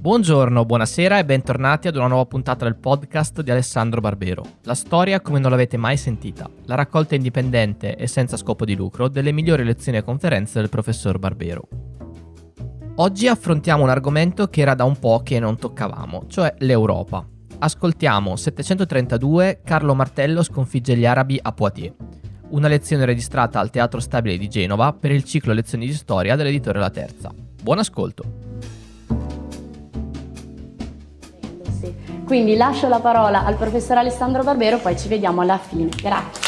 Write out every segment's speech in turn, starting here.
Buongiorno, buonasera e bentornati ad una nuova puntata del podcast di Alessandro Barbero. La storia come non l'avete mai sentita, la raccolta indipendente e senza scopo di lucro delle migliori lezioni e conferenze del professor Barbero. Oggi affrontiamo un argomento che era da un po' che non toccavamo, cioè l'Europa. Ascoltiamo 732 Carlo Martello sconfigge gli arabi a Poitiers, una lezione registrata al Teatro Stabile di Genova per il ciclo Lezioni di Storia dell'editore La Terza. Buon ascolto! Quindi lascio la parola al professor Alessandro Barbero, poi ci vediamo alla fine. Grazie.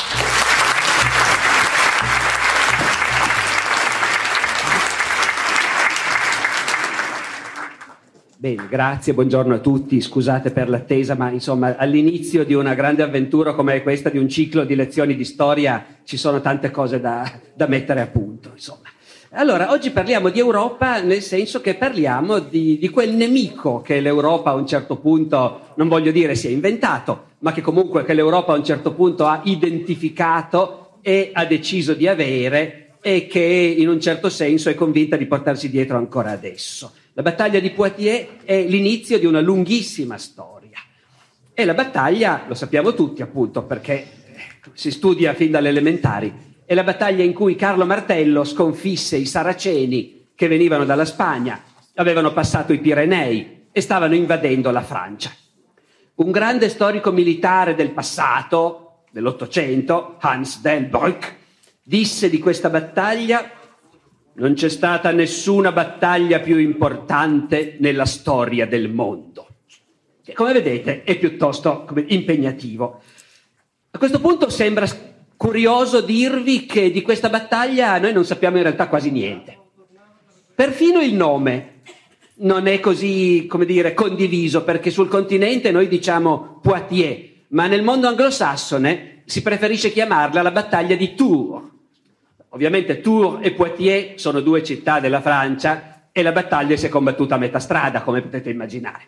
Bene, grazie, buongiorno a tutti, scusate per l'attesa, ma insomma all'inizio di una grande avventura come questa, di un ciclo di lezioni di storia, ci sono tante cose da mettere a punto, insomma. Allora, oggi parliamo di Europa nel senso che parliamo di quel nemico che l'Europa a un certo punto, non voglio dire si è inventato, ma che comunque che l'Europa a un certo punto ha identificato e ha deciso di avere e che in un certo senso è convinta di portarsi dietro ancora adesso. La battaglia di Poitiers è l'inizio di una lunghissima storia. E la battaglia, lo sappiamo tutti appunto perché si studia fin dalle elementari, è la battaglia in cui Carlo Martello sconfisse i Saraceni che venivano dalla Spagna, avevano passato i Pirenei e stavano invadendo la Francia. Un grande storico militare del passato, dell'Ottocento, Hans Delbrück, disse di questa battaglia: non c'è stata nessuna battaglia più importante nella storia del mondo. Che, come vedete, è piuttosto impegnativo. A questo punto sembra curioso dirvi che di questa battaglia noi non sappiamo in realtà quasi niente. Perfino il nome non è così, come dire, condiviso, perché sul continente noi diciamo Poitiers, ma nel mondo anglosassone si preferisce chiamarla la battaglia di Tours. Ovviamente Tours e Poitiers sono due città della Francia e la battaglia si è combattuta a metà strada, come potete immaginare.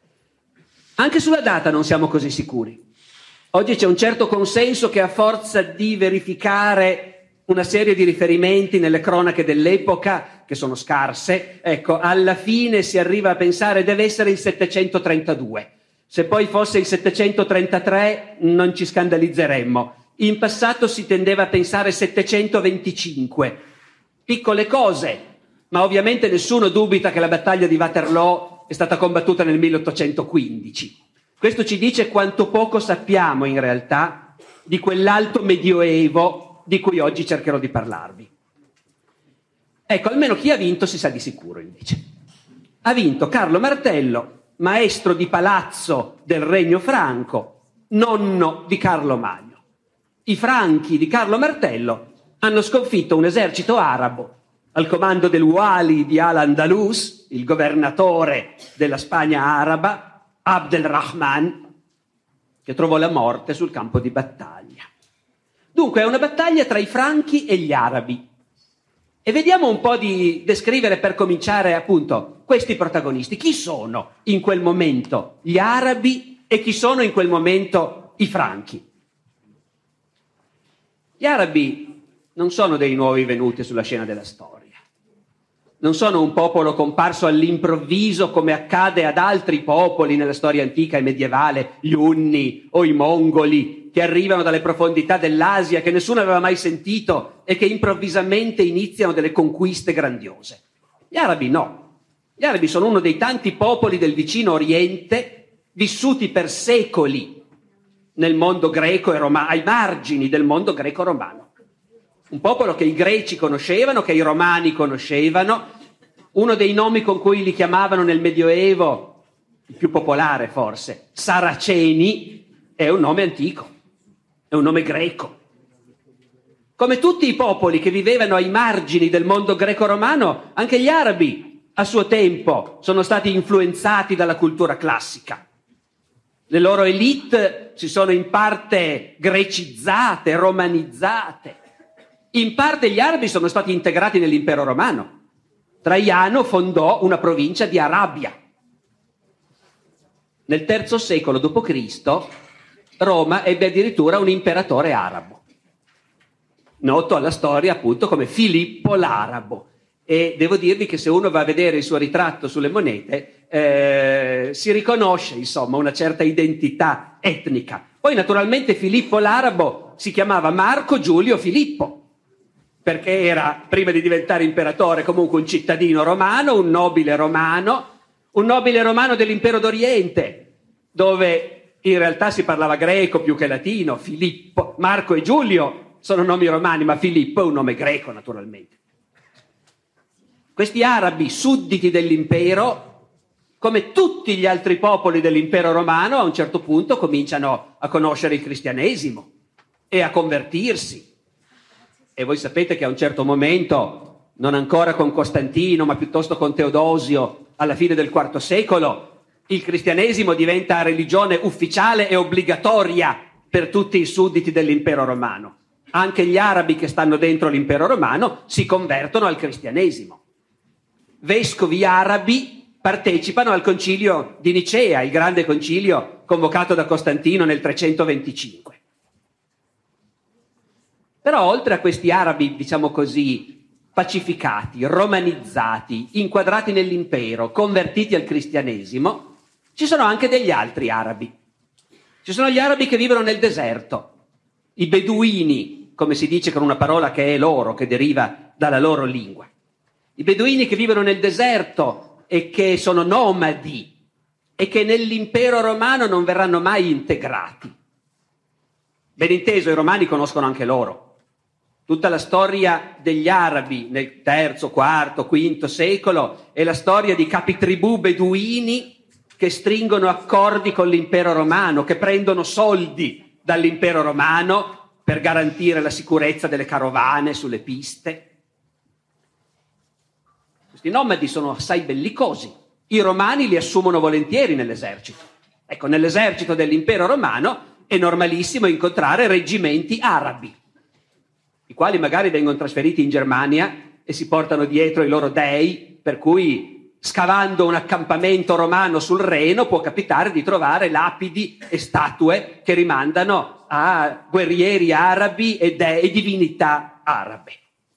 Anche sulla data non siamo così sicuri. Oggi c'è un certo consenso che a forza di verificare una serie di riferimenti nelle cronache dell'epoca, che sono scarse, ecco, alla fine si arriva a pensare deve essere il 732. Se poi fosse il 733 non ci scandalizzeremmo. In passato si tendeva a pensare 725. Piccole cose, ma ovviamente nessuno dubita che la battaglia di Waterloo è stata combattuta nel 1815. Questo ci dice quanto poco sappiamo in realtà di quell'alto medioevo di cui oggi cercherò di parlarvi. Ecco, almeno chi ha vinto si sa di sicuro invece. Ha vinto Carlo Martello, maestro di palazzo del Regno Franco, nonno di Carlo Magno. I Franchi di Carlo Martello hanno sconfitto un esercito arabo al comando del Wali di Al-Andalus, il governatore della Spagna araba, Abd el-Rahman, che trovò la morte sul campo di battaglia. Dunque è una battaglia tra i Franchi e gli arabi. E vediamo un po' di descrivere per cominciare appunto questi protagonisti. Chi sono in quel momento gli arabi e chi sono in quel momento i Franchi? Gli arabi non sono dei nuovi venuti sulla scena della storia. Non sono un popolo comparso all'improvviso come accade ad altri popoli nella storia antica e medievale, gli Unni o i Mongoli, che arrivano dalle profondità dell'Asia, che nessuno aveva mai sentito e che improvvisamente iniziano delle conquiste grandiose. Gli arabi no. Gli arabi sono uno dei tanti popoli del vicino Oriente vissuti per secoli nel mondo greco e romano, ai margini del mondo greco-romano. Un popolo che i greci conoscevano, che i romani conoscevano. Uno dei nomi con cui li chiamavano nel Medioevo, il più popolare forse, Saraceni, è un nome antico, è un nome greco. Come tutti i popoli che vivevano ai margini del mondo greco-romano, anche gli arabi a suo tempo sono stati influenzati dalla cultura classica. Le loro élite si sono in parte grecizzate, romanizzate. In parte gli arabi sono stati integrati nell'impero romano. Traiano fondò una provincia di Arabia. Nel III secolo d.C. Roma ebbe addirittura un imperatore arabo, noto alla storia appunto come Filippo l'Arabo. E devo dirvi che se uno va a vedere il suo ritratto sulle monete, si riconosce insomma una certa identità etnica. Poi naturalmente Filippo l'Arabo si chiamava Marco Giulio Filippo, perché era, prima di diventare imperatore, comunque un cittadino romano, un nobile romano dell'impero d'Oriente, dove in realtà si parlava greco più che latino. Filippo, Marco e Giulio sono nomi romani, ma Filippo è un nome greco naturalmente. Questi arabi sudditi dell'impero, come tutti gli altri popoli dell'impero romano, a un certo punto cominciano a conoscere il cristianesimo e a convertirsi. E voi sapete che a un certo momento, non ancora con Costantino, ma piuttosto con Teodosio, alla fine del IV secolo, il cristianesimo diventa religione ufficiale e obbligatoria per tutti i sudditi dell'impero romano. Anche gli arabi che stanno dentro l'impero romano si convertono al cristianesimo. Vescovi arabi partecipano al concilio di Nicea, il grande concilio convocato da Costantino nel 325. Però oltre a questi arabi, diciamo così, pacificati, romanizzati, inquadrati nell'impero, convertiti al cristianesimo, ci sono anche degli altri arabi. Ci sono gli arabi che vivono nel deserto, i beduini, come si dice con una parola che è loro, che deriva dalla loro lingua. I beduini che vivono nel deserto e che sono nomadi e che nell'impero romano non verranno mai integrati. Ben inteso, i romani conoscono anche loro. Tutta la storia degli arabi nel III, IV, V secolo è la storia di capitribù beduini che stringono accordi con l'impero romano, che prendono soldi dall'impero romano per garantire la sicurezza delle carovane sulle piste. Questi nomadi sono assai bellicosi. I romani li assumono volentieri nell'esercito. Ecco, nell'esercito dell'impero romano è normalissimo incontrare reggimenti arabi, i quali magari vengono trasferiti in Germania e si portano dietro i loro dei, per cui scavando un accampamento romano sul Reno può capitare di trovare lapidi e statue che rimandano a guerrieri arabi e divinità arabe.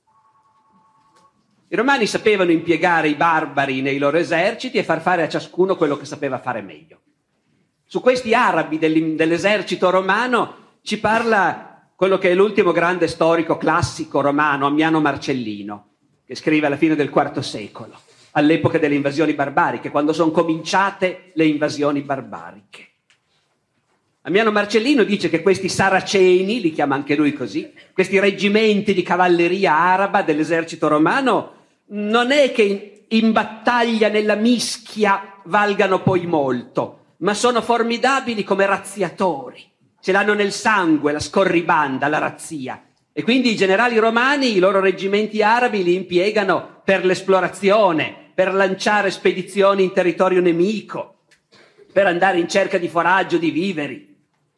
I romani sapevano impiegare i barbari nei loro eserciti e far fare a ciascuno quello che sapeva fare meglio. Su questi arabi dell'esercito romano ci parla quello che è l'ultimo grande storico classico romano, Ammiano Marcellino, che scrive alla fine del IV secolo, all'epoca delle invasioni barbariche, quando sono cominciate le invasioni barbariche. Ammiano Marcellino dice che questi saraceni, li chiama anche lui così, questi reggimenti di cavalleria araba dell'esercito romano, non è che in battaglia nella mischia valgano poi molto, ma sono formidabili come razziatori. Ce l'hanno nel sangue, la scorribanda, la razzia. E quindi i generali romani, i loro reggimenti arabi li impiegano per l'esplorazione, per lanciare spedizioni in territorio nemico, per andare in cerca di foraggio, di viveri.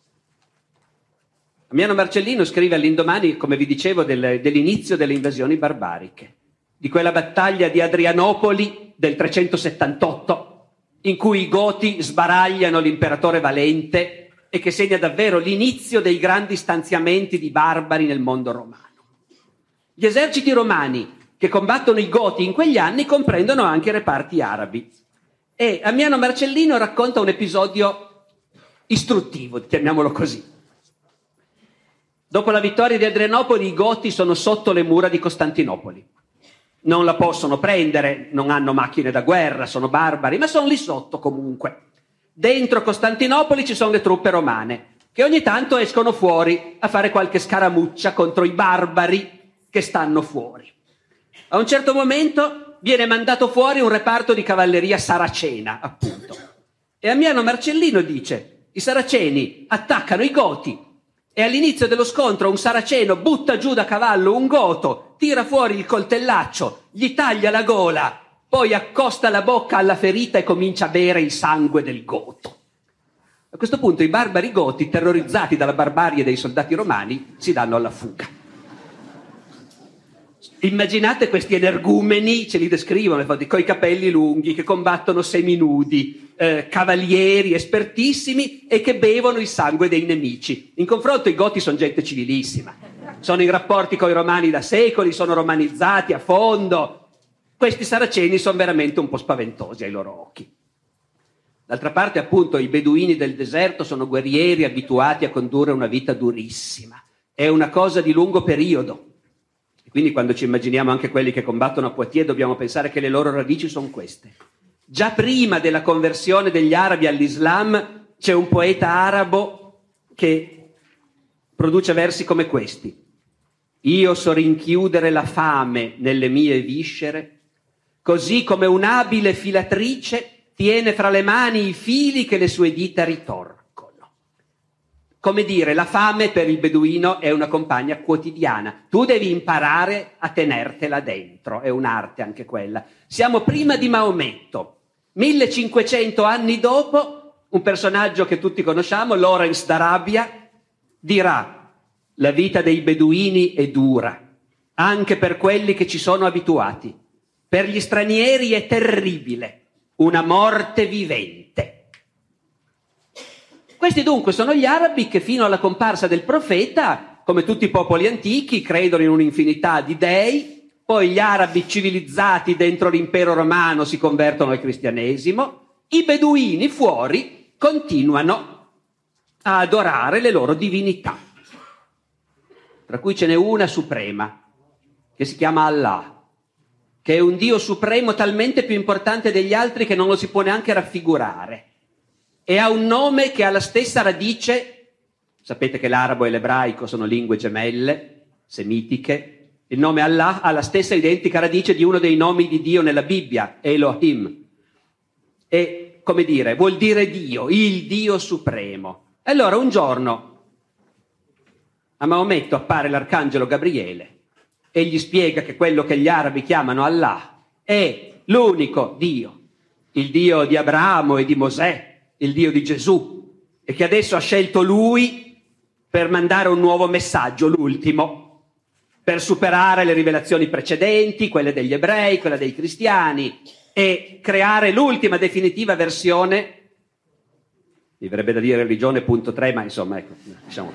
Ammiano Marcellino scrive all'indomani, come vi dicevo, dell'inizio delle invasioni barbariche, di quella battaglia di Adrianopoli del 378, in cui i Goti sbaragliano l'imperatore Valente e che segna davvero l'inizio dei grandi stanziamenti di barbari nel mondo romano. Gli eserciti romani che combattono i Goti in quegli anni comprendono anche i reparti arabi. E Ammiano Marcellino racconta un episodio istruttivo, chiamiamolo così. Dopo la vittoria di Adrianopoli, i Goti sono sotto le mura di Costantinopoli. Non la possono prendere, non hanno macchine da guerra, sono barbari, ma sono lì sotto comunque. Dentro Costantinopoli ci sono le truppe romane, che ogni tanto escono fuori a fare qualche scaramuccia contro i barbari che stanno fuori. A un certo momento viene mandato fuori un reparto di cavalleria saracena, appunto. E Ammiano Marcellino dice: i saraceni attaccano i Goti e all'inizio dello scontro un saraceno butta giù da cavallo un goto, tira fuori il coltellaccio, gli taglia la gola, poi accosta la bocca alla ferita e comincia a bere il sangue del goto. A questo punto i barbari goti, terrorizzati dalla barbarie dei soldati romani, si danno alla fuga. Immaginate questi energumeni, ce li descrivono, con i capelli lunghi, che combattono seminudi, cavalieri espertissimi e che bevono il sangue dei nemici. In confronto i Goti sono gente civilissima, sono in rapporti con i romani da secoli, sono romanizzati a fondo. Questi saraceni sono veramente un po' spaventosi ai loro occhi. D'altra parte, appunto, i beduini del deserto sono guerrieri abituati a condurre una vita durissima. È una cosa di lungo periodo. E quindi quando ci immaginiamo anche quelli che combattono a Poitiers, dobbiamo pensare che le loro radici sono queste. Già prima della conversione degli arabi all'Islam c'è un poeta arabo che produce versi come questi. Io so rinchiudere la fame nelle mie viscere, così come un'abile filatrice tiene fra le mani i fili che le sue dita ritorcono. Come dire, la fame per il beduino è una compagna quotidiana. Tu devi imparare a tenertela dentro, è un'arte anche quella. Siamo prima di Maometto. 1500 anni dopo, un personaggio che tutti conosciamo, Lawrence d'Arabia, dirà: la vita dei beduini è dura, anche per quelli che ci sono abituati. Per gli stranieri è terribile. Una morte vivente. Questi dunque sono gli arabi che fino alla comparsa del profeta, come tutti i popoli antichi, credono in un'infinità di dei, poi gli arabi civilizzati dentro l'impero romano si convertono al cristianesimo, i beduini fuori continuano a adorare le loro divinità, tra cui ce n'è una suprema, che si chiama Allah, che è un Dio supremo talmente più importante degli altri che non lo si può neanche raffigurare. E ha un nome che ha la stessa radice, sapete che l'arabo e l'ebraico sono lingue gemelle, semitiche, il nome Allah ha la stessa identica radice di uno dei nomi di Dio nella Bibbia, Elohim. E, come dire, vuol dire Dio, il Dio supremo. Allora un giorno a Maometto appare l'arcangelo Gabriele e gli spiega che quello che gli arabi chiamano Allah è l'unico Dio, il Dio di Abramo e di Mosè, il Dio di Gesù, e che adesso ha scelto lui per mandare un nuovo messaggio, l'ultimo, per superare le rivelazioni precedenti, quelle degli ebrei, quella dei cristiani, e creare l'ultima definitiva versione, mi verrebbe da dire religione.3, ma insomma, ecco, lasciamo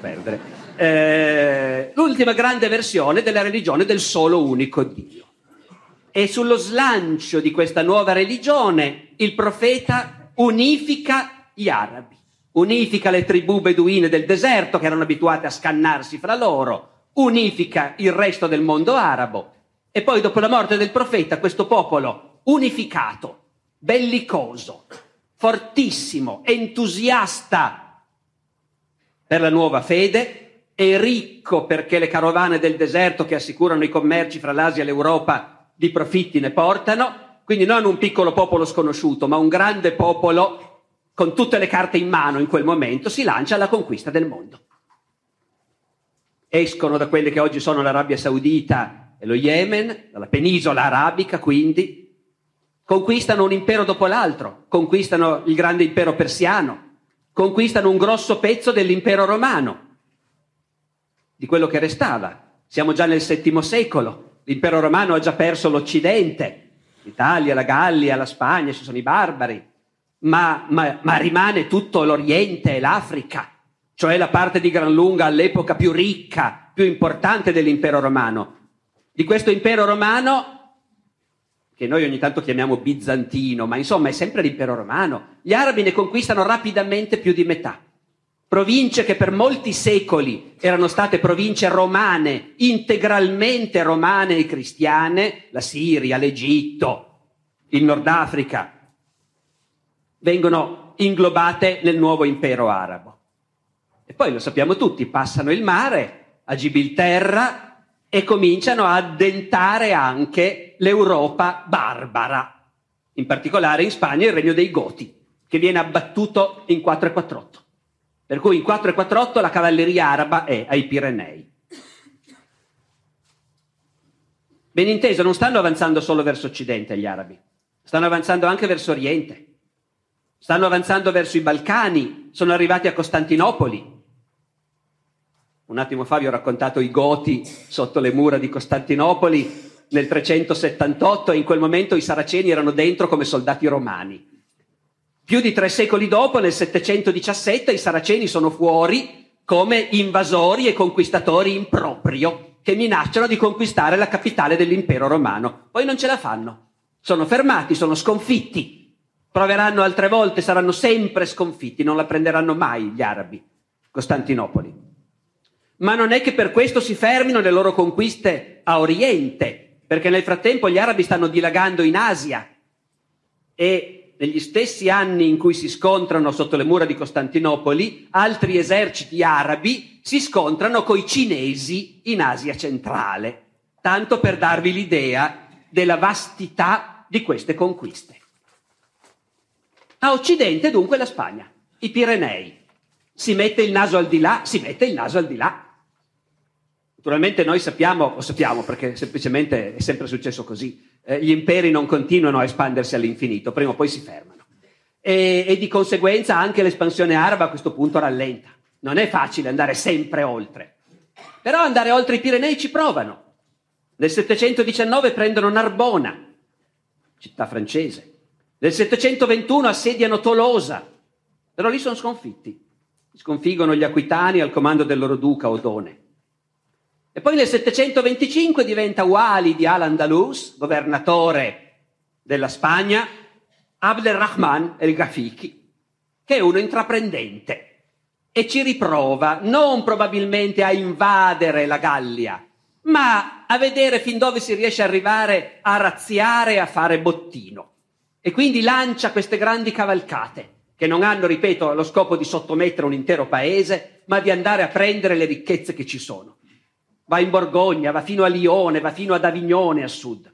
perdere, l'ultima grande versione della religione del solo unico Dio. E sullo slancio di questa nuova religione il profeta unifica gli arabi, unifica le tribù beduine del deserto che erano abituate a scannarsi fra loro, unifica il resto del mondo arabo, e poi dopo la morte del profeta questo popolo unificato, bellicoso, fortissimo, entusiasta per la nuova fede e ricco perché le carovane del deserto che assicurano i commerci fra l'Asia e l'Europa di profitti ne portano, quindi non un piccolo popolo sconosciuto, ma un grande popolo con tutte le carte in mano in quel momento si lancia alla conquista del mondo. Escono da quelle che oggi sono l'Arabia Saudita e lo Yemen, dalla penisola arabica quindi, conquistano un impero dopo l'altro, conquistano il grande impero persiano, conquistano un grosso pezzo dell'impero romano, di quello che restava. Siamo già nel VII secolo, l'impero romano ha già perso l'Occidente, l'Italia, la Gallia, la Spagna, ci sono i barbari, ma rimane tutto l'Oriente e l'Africa, cioè la parte di gran lunga all'epoca più ricca, più importante dell'impero romano. Di questo impero romano, che noi ogni tanto chiamiamo bizantino, ma insomma è sempre l'impero romano, gli arabi ne conquistano rapidamente più di metà. Province che per molti secoli erano state province romane, integralmente romane e cristiane, la Siria, l'Egitto, il Nord Africa, vengono inglobate nel nuovo impero arabo. E poi lo sappiamo tutti, passano il mare a Gibilterra e cominciano a addentare anche l'Europa barbara, in particolare in Spagna il regno dei Goti, che viene abbattuto in 448. Per cui in 448 la cavalleria araba è ai Pirenei. Ben inteso, non stanno avanzando solo verso Occidente gli arabi, stanno avanzando anche verso Oriente, stanno avanzando verso i Balcani, sono arrivati a Costantinopoli. Un attimo fa vi ho raccontato i Goti sotto le mura di Costantinopoli nel 378 e in quel momento i saraceni erano dentro come soldati romani. Più di 3 secoli dopo, nel 717, i saraceni sono fuori come invasori e conquistatori in proprio che minacciano di conquistare la capitale dell'impero romano. Poi non ce la fanno, sono fermati, sono sconfitti Proveranno altre volte, saranno sempre sconfitti, non la prenderanno mai gli arabi, Costantinopoli. Ma non è che per questo si fermino le loro conquiste a Oriente, perché nel frattempo gli arabi stanno dilagando in Asia e negli stessi anni in cui si scontrano sotto le mura di Costantinopoli, altri eserciti arabi si scontrano coi cinesi in Asia centrale, tanto per darvi l'idea della vastità di queste conquiste. A occidente dunque la Spagna, i Pirenei. Si mette il naso al di là, si mette il naso al di là. Naturalmente noi sappiamo perché semplicemente è sempre successo così, gli imperi non continuano a espandersi all'infinito, prima o poi si fermano. E di conseguenza anche l'espansione araba a questo punto rallenta. Non è facile andare sempre oltre. Però andare oltre i Pirenei ci provano. Nel 719 prendono Narbona, città francese. Nel 721 assediano Tolosa, però lì sono sconfitti. Sconfiggono gli Aquitani al comando del loro duca Odone. E poi nel 725 diventa Wali di Al-Andalus, governatore della Spagna, Abd el-Rahman el-Ghafiqi, che è uno intraprendente e ci riprova non probabilmente a invadere la Gallia, ma a vedere fin dove si riesce a arrivare a razziare e a fare bottino. E quindi lancia queste grandi cavalcate, che non hanno, ripeto, lo scopo di sottomettere un intero paese, ma di andare a prendere le ricchezze che ci sono. Va in Borgogna, va fino a Lione, va fino ad Avignone a sud.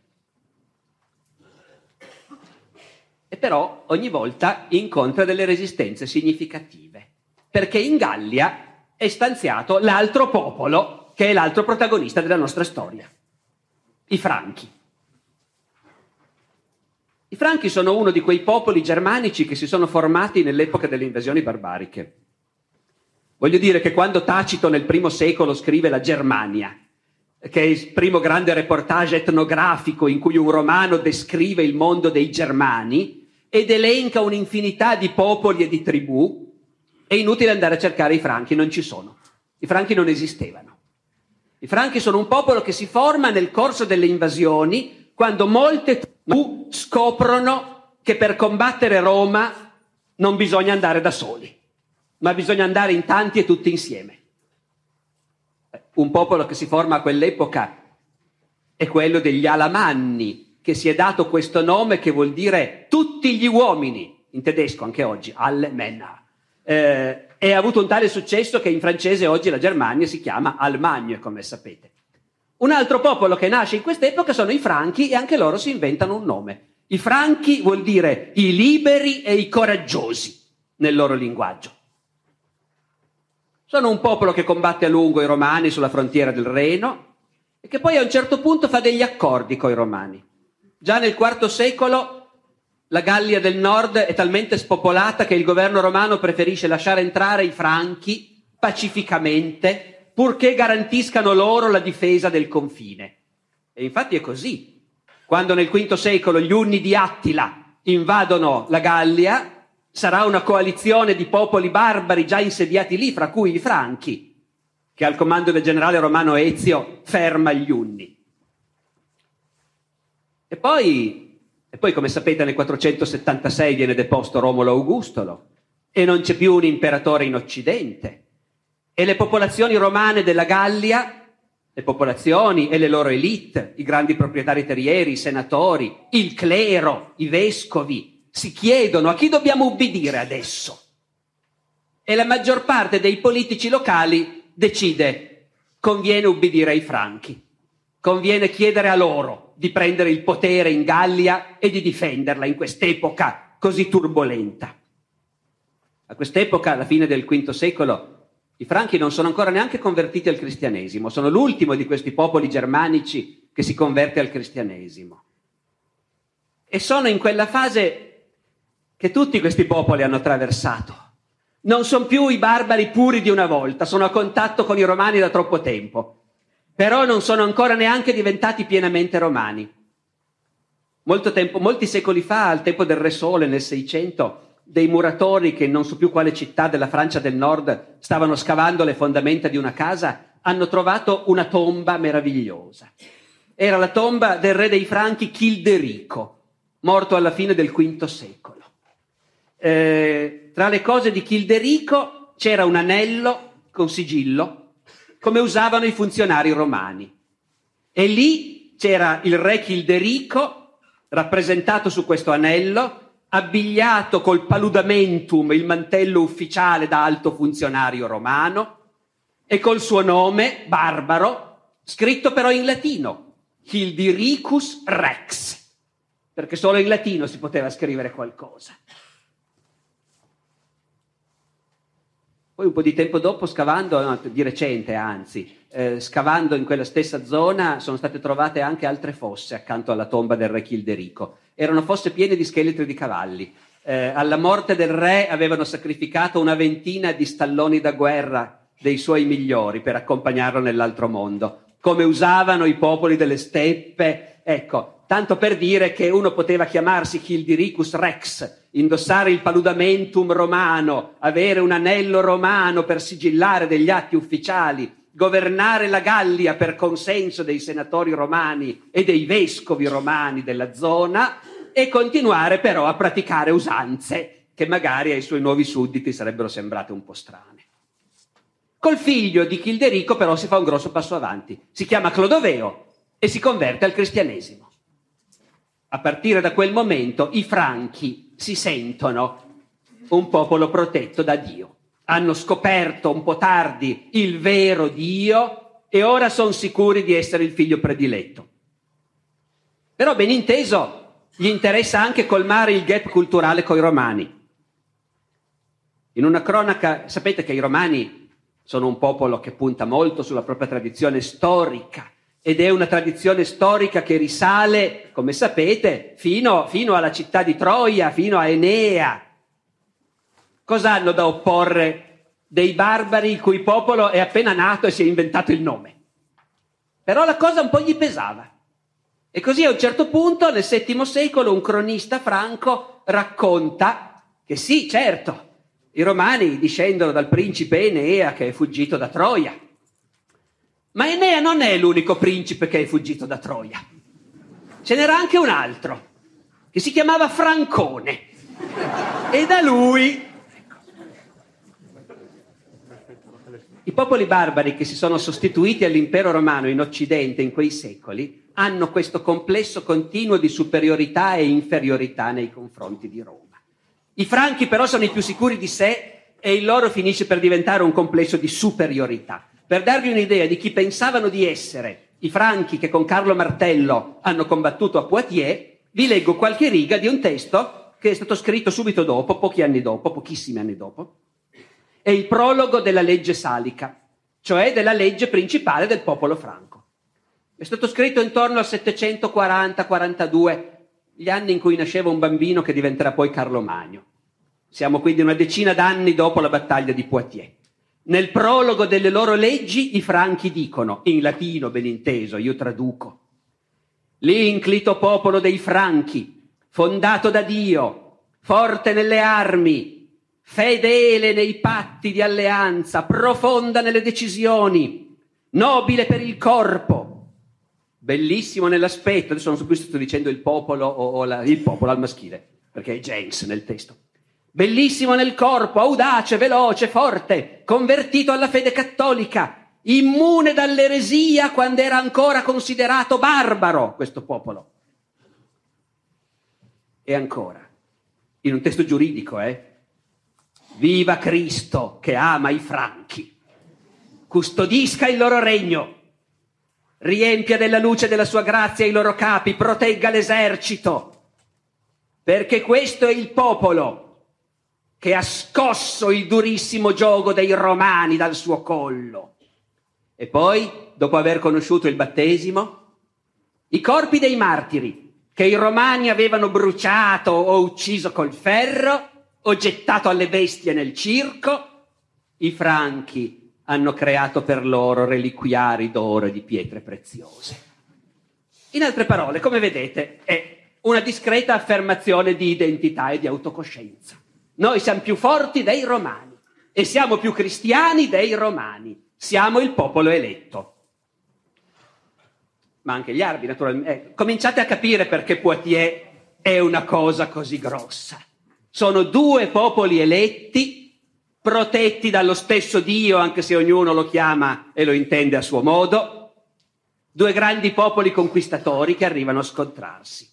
E però ogni volta incontra delle resistenze significative, perché in Gallia è stanziato l'altro popolo, che è l'altro protagonista della nostra storia, i Franchi. I Franchi sono uno di quei popoli germanici che si sono formati nell'epoca delle invasioni barbariche. Voglio dire che quando Tacito nel I secolo scrive la Germania, che è il primo grande reportage etnografico in cui un romano descrive il mondo dei Germani ed elenca un'infinità di popoli e di tribù, è inutile andare a cercare i Franchi, non ci sono. I Franchi non esistevano. I Franchi sono un popolo che si forma nel corso delle invasioni, quando molte tribù scoprono che per combattere Roma non bisogna andare da soli, ma bisogna andare in tanti e tutti insieme. Un popolo che si forma a quell'epoca è quello degli Alamanni, che si è dato questo nome che vuol dire tutti gli uomini, in tedesco anche oggi, alle Männer. E ha avuto un tale successo che in francese oggi la Germania si chiama Allemagne, come sapete. Un altro popolo che nasce in quest'epoca sono i Franchi e anche loro si inventano un nome. I Franchi vuol dire i liberi e i coraggiosi nel loro linguaggio. Sono un popolo che combatte a lungo i Romani sulla frontiera del Reno e che poi a un certo punto fa degli accordi coi Romani. Già nel IV secolo la Gallia del Nord è talmente spopolata che il governo romano preferisce lasciare entrare i Franchi pacificamente, purché garantiscano loro la difesa del confine. E infatti è così. Quando nel V secolo gli Unni di Attila invadono la Gallia, sarà una coalizione di popoli barbari già insediati lì, fra cui i Franchi, che al comando del generale romano Ezio ferma gli Unni. E poi, come sapete, nel 476 viene deposto Romolo Augustolo e non c'è più un imperatore in Occidente. E le popolazioni romane della Gallia, le popolazioni e le loro elite, i grandi proprietari terrieri, i senatori, il clero, i vescovi, si chiedono a chi dobbiamo ubbidire adesso. E la maggior parte dei politici locali decide: conviene ubbidire ai Franchi, conviene chiedere a loro di prendere il potere in Gallia e di difenderla in quest'epoca così turbolenta. A quest'epoca, alla fine del V secolo, i Franchi non sono ancora neanche convertiti al cristianesimo, sono l'ultimo di questi popoli germanici che si converte al cristianesimo. E sono in quella fase che tutti questi popoli hanno attraversato. Non sono più i barbari puri di una volta, sono a contatto con i romani da troppo tempo, però non sono ancora neanche diventati pienamente romani. Molti secoli fa, al tempo del Re Sole, nel 600, dei muratori che non so più quale città della Francia del Nord stavano scavando le fondamenta di una casa, hanno trovato una tomba meravigliosa. Era la tomba del re dei Franchi Childerico, morto alla fine del V secolo. tra le cose di Childerico c'era un anello con sigillo, come usavano i funzionari romani. E lì c'era il re Childerico, rappresentato su questo anello, abbigliato col paludamentum, il mantello ufficiale da alto funzionario romano, e col suo nome, barbaro, scritto però in latino, Childericus Rex, perché solo in latino si poteva scrivere qualcosa. Poi un po' di tempo dopo, scavando, no, di recente anzi, scavando in quella stessa zona, sono state trovate anche altre fosse accanto alla tomba del re Childerico. Erano fosse piene di scheletri di cavalli. Alla morte del re avevano sacrificato una ventina di stalloni da guerra dei suoi migliori per accompagnarlo nell'altro mondo, come usavano i popoli delle steppe. Ecco, tanto per dire che uno poteva chiamarsi Childericus Rex, indossare il paludamentum romano, avere un anello romano per sigillare degli atti ufficiali, governare la Gallia per consenso dei senatori romani e dei vescovi romani della zona, e continuare però a praticare usanze che magari ai suoi nuovi sudditi sarebbero sembrate un po' strane. Col figlio di Childerico però si fa un grosso passo avanti. Si chiama Clodoveo e si converte al cristianesimo. A partire da quel momento i Franchi si sentono un popolo protetto da Dio. Hanno scoperto un po' tardi il vero Dio e ora sono sicuri di essere il figlio prediletto. Però ben inteso gli interessa anche colmare il gap culturale coi romani. In una cronaca, sapete che i romani sono un popolo che punta molto sulla propria tradizione storica, ed è una tradizione storica che risale, come sapete, fino alla città di Troia, fino a Enea. Cosa hanno da opporre dei barbari il cui popolo è appena nato e si è inventato il nome? Però la cosa un po' gli pesava. E così a un certo punto, nel VII secolo, un cronista franco racconta che sì, certo, i romani discendono dal principe Enea che è fuggito da Troia. Ma Enea non è l'unico principe che è fuggito da Troia. Ce n'era anche un altro, che si chiamava Francone. E da lui... I popoli barbari che si sono sostituiti all'impero romano in Occidente in quei secoli hanno questo complesso continuo di superiorità e inferiorità nei confronti di Roma. I Franchi però sono i più sicuri di sé e il loro finisce per diventare un complesso di superiorità. Per darvi un'idea di chi pensavano di essere i Franchi che con Carlo Martello hanno combattuto a Poitiers, vi leggo qualche riga di un testo che è stato scritto subito dopo, pochissimi anni dopo. È il prologo della legge salica, cioè della legge principale del popolo franco. È stato scritto intorno al 740-42, gli anni in cui nasceva un bambino che diventerà poi Carlo Magno. Siamo quindi una decina d'anni dopo la battaglia di Poitiers. Nel prologo delle loro leggi i franchi dicono, in latino ben inteso, io traduco: l'inclito popolo dei Franchi, fondato da Dio, forte nelle armi, fedele nei patti di alleanza, profonda nelle decisioni, nobile per il corpo, bellissimo nell'aspetto. Adesso non so più se sto dicendo il popolo il popolo al maschile, perché è gens nel testo. Bellissimo nel corpo, audace, veloce, forte, convertito alla fede cattolica, immune dall'eresia quando era ancora considerato barbaro questo popolo. E ancora, in un testo giuridico, viva Cristo che ama i Franchi, custodisca il loro regno, riempia della luce della sua grazia i loro capi, protegga l'esercito, perché questo è il popolo che ha scosso il durissimo giogo dei Romani dal suo collo. E poi, dopo aver conosciuto il battesimo, i corpi dei martiri che i Romani avevano bruciato o ucciso col ferro o gettato alle bestie nel circo, i Franchi hanno creato per loro reliquiari d'oro e di pietre preziose. In altre parole, come vedete, è una discreta affermazione di identità e di autocoscienza. Noi siamo più forti dei Romani e siamo più cristiani dei Romani. Siamo il popolo eletto. Ma anche gli arabi, naturalmente. Cominciate a capire perché Poitiers è una cosa così grossa. Sono due popoli eletti, protetti dallo stesso Dio, anche se ognuno lo chiama e lo intende a suo modo, due grandi popoli conquistatori che arrivano a scontrarsi.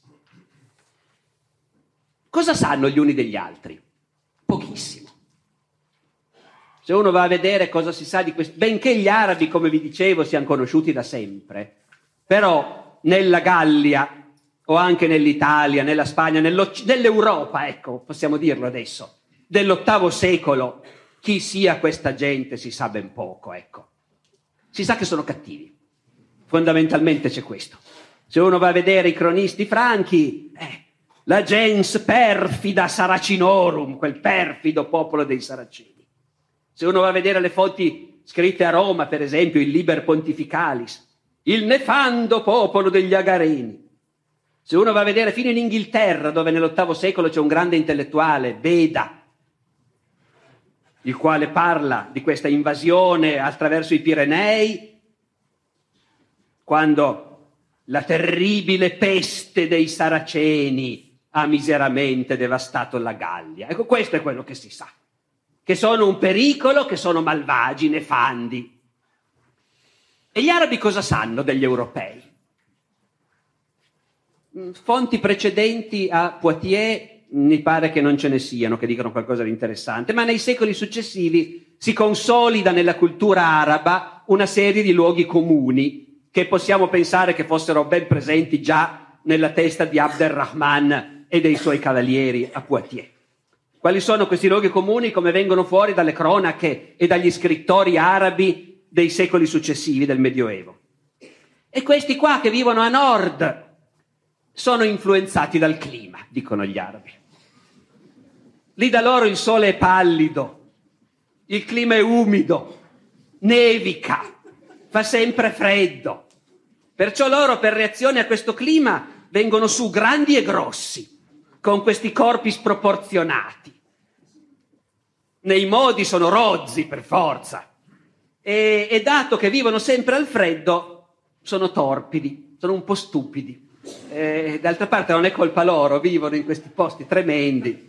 Cosa sanno gli uni degli altri? Pochissimo. Se uno va a vedere cosa si sa di questo, benché gli arabi, come vi dicevo, siano conosciuti da sempre, però nella Gallia o anche nell'Italia, nella Spagna, nell'Europa, ecco, possiamo dirlo adesso, dell'VIII secolo, chi sia questa gente si sa ben poco, ecco. Si sa che sono cattivi. Fondamentalmente c'è questo. Se uno va a vedere i cronisti franchi, la gens perfida Saracinorum, quel perfido popolo dei Saraceni. Se uno va a vedere le fonti scritte a Roma, per esempio, il Liber Pontificalis, il nefando popolo degli Agareni. Se uno va a vedere fino in Inghilterra, dove nell'VIII secolo c'è un grande intellettuale, Beda, il quale parla di questa invasione attraverso i Pirenei, quando la terribile peste dei Saraceni ha miseramente devastato la Gallia. Ecco, questo è quello che si sa, che sono un pericolo, che sono malvagi, nefandi. E gli arabi cosa sanno degli europei? Fonti precedenti a Poitiers mi pare che non ce ne siano che dicano qualcosa di interessante, ma nei secoli successivi si consolida nella cultura araba una serie di luoghi comuni che possiamo pensare che fossero ben presenti già nella testa di Abd al-Rahman e dei suoi cavalieri a Poitiers. Quali sono questi luoghi comuni, come vengono fuori dalle cronache e dagli scrittori arabi dei secoli successivi del Medioevo? E questi qua che vivono a nord sono influenzati dal clima, dicono gli arabi. Lì da loro il sole è pallido, il clima è umido, nevica, fa sempre freddo. Perciò loro, per reazione a questo clima, vengono su grandi e grossi, con questi corpi sproporzionati. Nei modi sono rozzi, per forza. E dato che vivono sempre al freddo, sono torpidi, sono un po' stupidi. D'altra parte non è colpa loro, vivono in questi posti tremendi.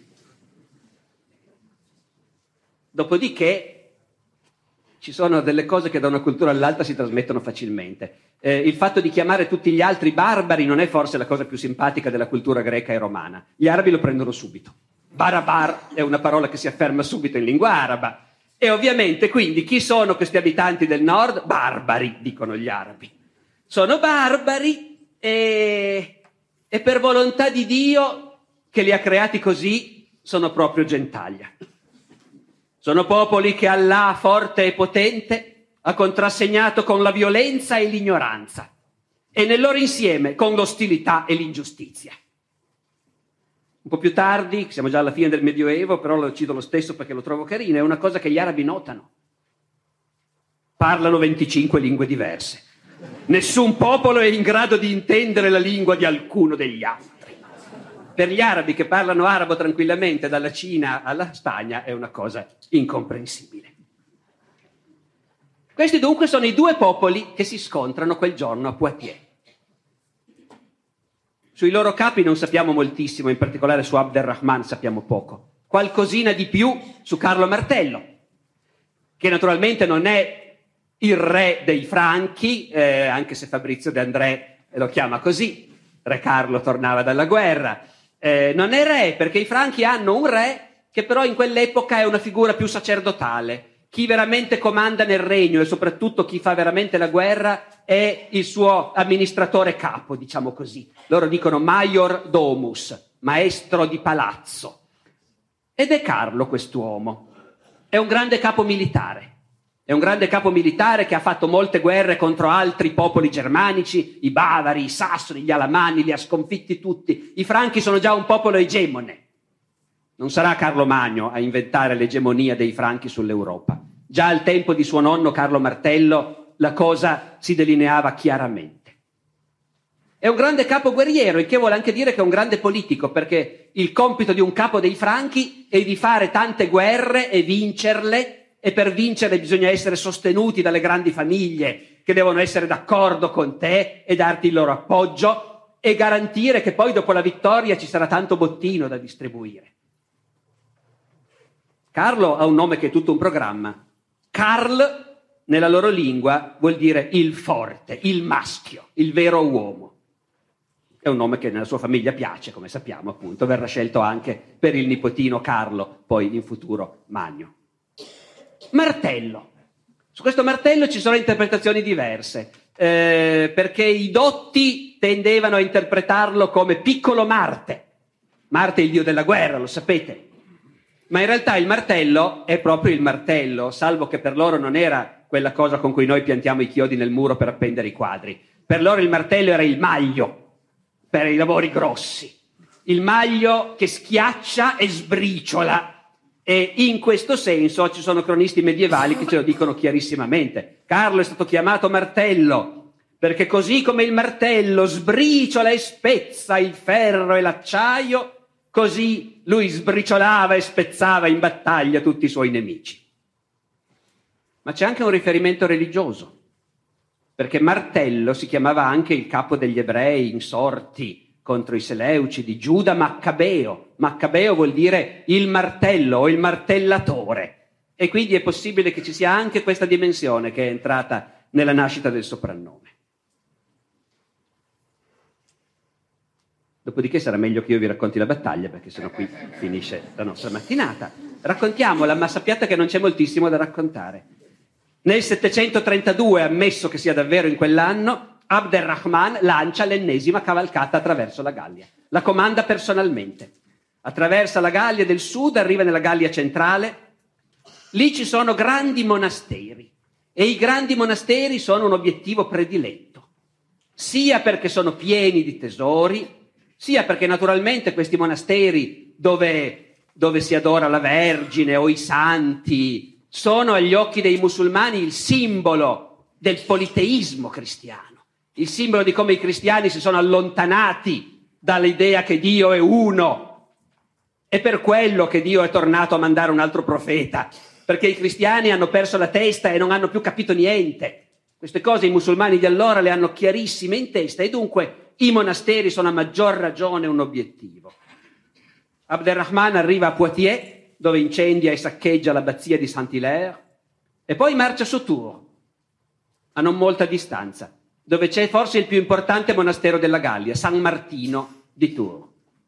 Dopodiché ci sono delle cose che da una cultura all'altra si trasmettono facilmente. Il fatto di chiamare tutti gli altri barbari non è forse la cosa più simpatica della cultura greca e romana. Gli arabi lo prendono subito. Barabar è una parola che si afferma subito in lingua araba. E ovviamente quindi chi sono questi abitanti del nord? Barbari, dicono gli arabi. Sono barbari e per volontà di Dio, che li ha creati così, sono proprio gentaglia. Sono popoli che Allah, forte e potente, ha contrassegnato con la violenza e l'ignoranza, e nel loro insieme con l'ostilità e l'ingiustizia. Un po' più tardi, siamo già alla fine del Medioevo, però lo cito lo stesso perché lo trovo carino, è una cosa che gli arabi notano. Parlano 25 lingue diverse. Nessun popolo è in grado di intendere la lingua di alcuno degli altri. Per gli arabi che parlano arabo tranquillamente dalla Cina alla Spagna è una cosa incomprensibile. Questi dunque sono i due popoli che si scontrano quel giorno a Poitiers. Sui loro capi non sappiamo moltissimo, in particolare su Abd al-Rahman sappiamo poco. Qualcosina di più su Carlo Martello, che naturalmente non è il re dei Franchi, anche se Fabrizio De André lo chiama così. Re Carlo tornava dalla guerra. Non è re perché i Franchi hanno un re che però in quell'epoca è una figura più sacerdotale. Chi veramente comanda nel regno e soprattutto chi fa veramente la guerra è il suo amministratore capo, diciamo così. Loro dicono maior domus, maestro di palazzo. Ed è Carlo quest'uomo. È un grande capo militare. È un grande capo militare che ha fatto molte guerre contro altri popoli germanici, i Bavari, i Sassoni, gli Alamanni, li ha sconfitti tutti. I Franchi sono già un popolo egemone. Non sarà Carlo Magno a inventare l'egemonia dei Franchi sull'Europa. Già al tempo di suo nonno Carlo Martello la cosa si delineava chiaramente. È un grande capo guerriero, il che vuole anche dire che è un grande politico, perché il compito di un capo dei Franchi è di fare tante guerre e vincerle, e per vincerle bisogna essere sostenuti dalle grandi famiglie che devono essere d'accordo con te e darti il loro appoggio e garantire che poi dopo la vittoria ci sarà tanto bottino da distribuire. Carlo ha un nome che è tutto un programma. Carl, nella loro lingua, vuol dire il forte, il maschio, il vero uomo. È un nome che nella sua famiglia piace, come sappiamo, appunto, verrà scelto anche per il nipotino Carlo, poi in futuro Magno. Martello. Su questo martello ci sono interpretazioni diverse, perché i dotti tendevano a interpretarlo come piccolo Marte. Marte è il dio della guerra, lo sapete. Ma in realtà il martello è proprio il martello, salvo che per loro non era quella cosa con cui noi piantiamo i chiodi nel muro per appendere i quadri. Per loro il martello era il maglio, per i lavori grossi. Il maglio che schiaccia e sbriciola. E in questo senso ci sono cronisti medievali che ce lo dicono chiarissimamente. Carlo è stato chiamato martello, perché così come il martello sbriciola e spezza il ferro e l'acciaio, così lui sbriciolava e spezzava in battaglia tutti i suoi nemici. Ma c'è anche un riferimento religioso, perché Martello si chiamava anche il capo degli ebrei insorti contro i Seleucidi, Giuda Maccabeo. Maccabeo vuol dire il martello o il martellatore. E quindi è possibile che ci sia anche questa dimensione che è entrata nella nascita del soprannome. Dopodiché sarà meglio che io vi racconti la battaglia, perché sennò qui finisce la nostra mattinata. Raccontiamola, ma sappiate che non c'è moltissimo da raccontare. Nel 732, ammesso che sia davvero in quell'anno, Abd er-Rahman lancia l'ennesima cavalcata attraverso la Gallia. La comanda personalmente. Attraversa la Gallia del sud, arriva nella Gallia centrale. Lì ci sono grandi monasteri e i grandi monasteri sono un obiettivo prediletto, sia perché sono pieni di tesori, sia perché naturalmente questi monasteri dove si adora la Vergine o i santi sono agli occhi dei musulmani il simbolo del politeismo cristiano, il simbolo di come i cristiani si sono allontanati dall'idea che Dio è uno. È per quello che Dio è tornato a mandare un altro profeta, perché i cristiani hanno perso la testa e non hanno più capito niente. Queste cose i musulmani di allora le hanno chiarissime in testa e dunque i monasteri sono a maggior ragione un obiettivo. Abd er-Rahman arriva a Poitiers, dove incendia e saccheggia l'abbazia di Saint-Hilaire, e poi marcia su Tours, a non molta distanza, dove c'è forse il più importante monastero della Gallia, San Martino di Tours.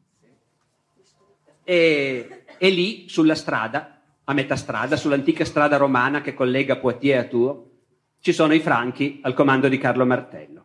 E lì, sulla strada, a metà strada, sull'antica strada romana che collega Poitiers a Tours, ci sono i Franchi al comando di Carlo Martello.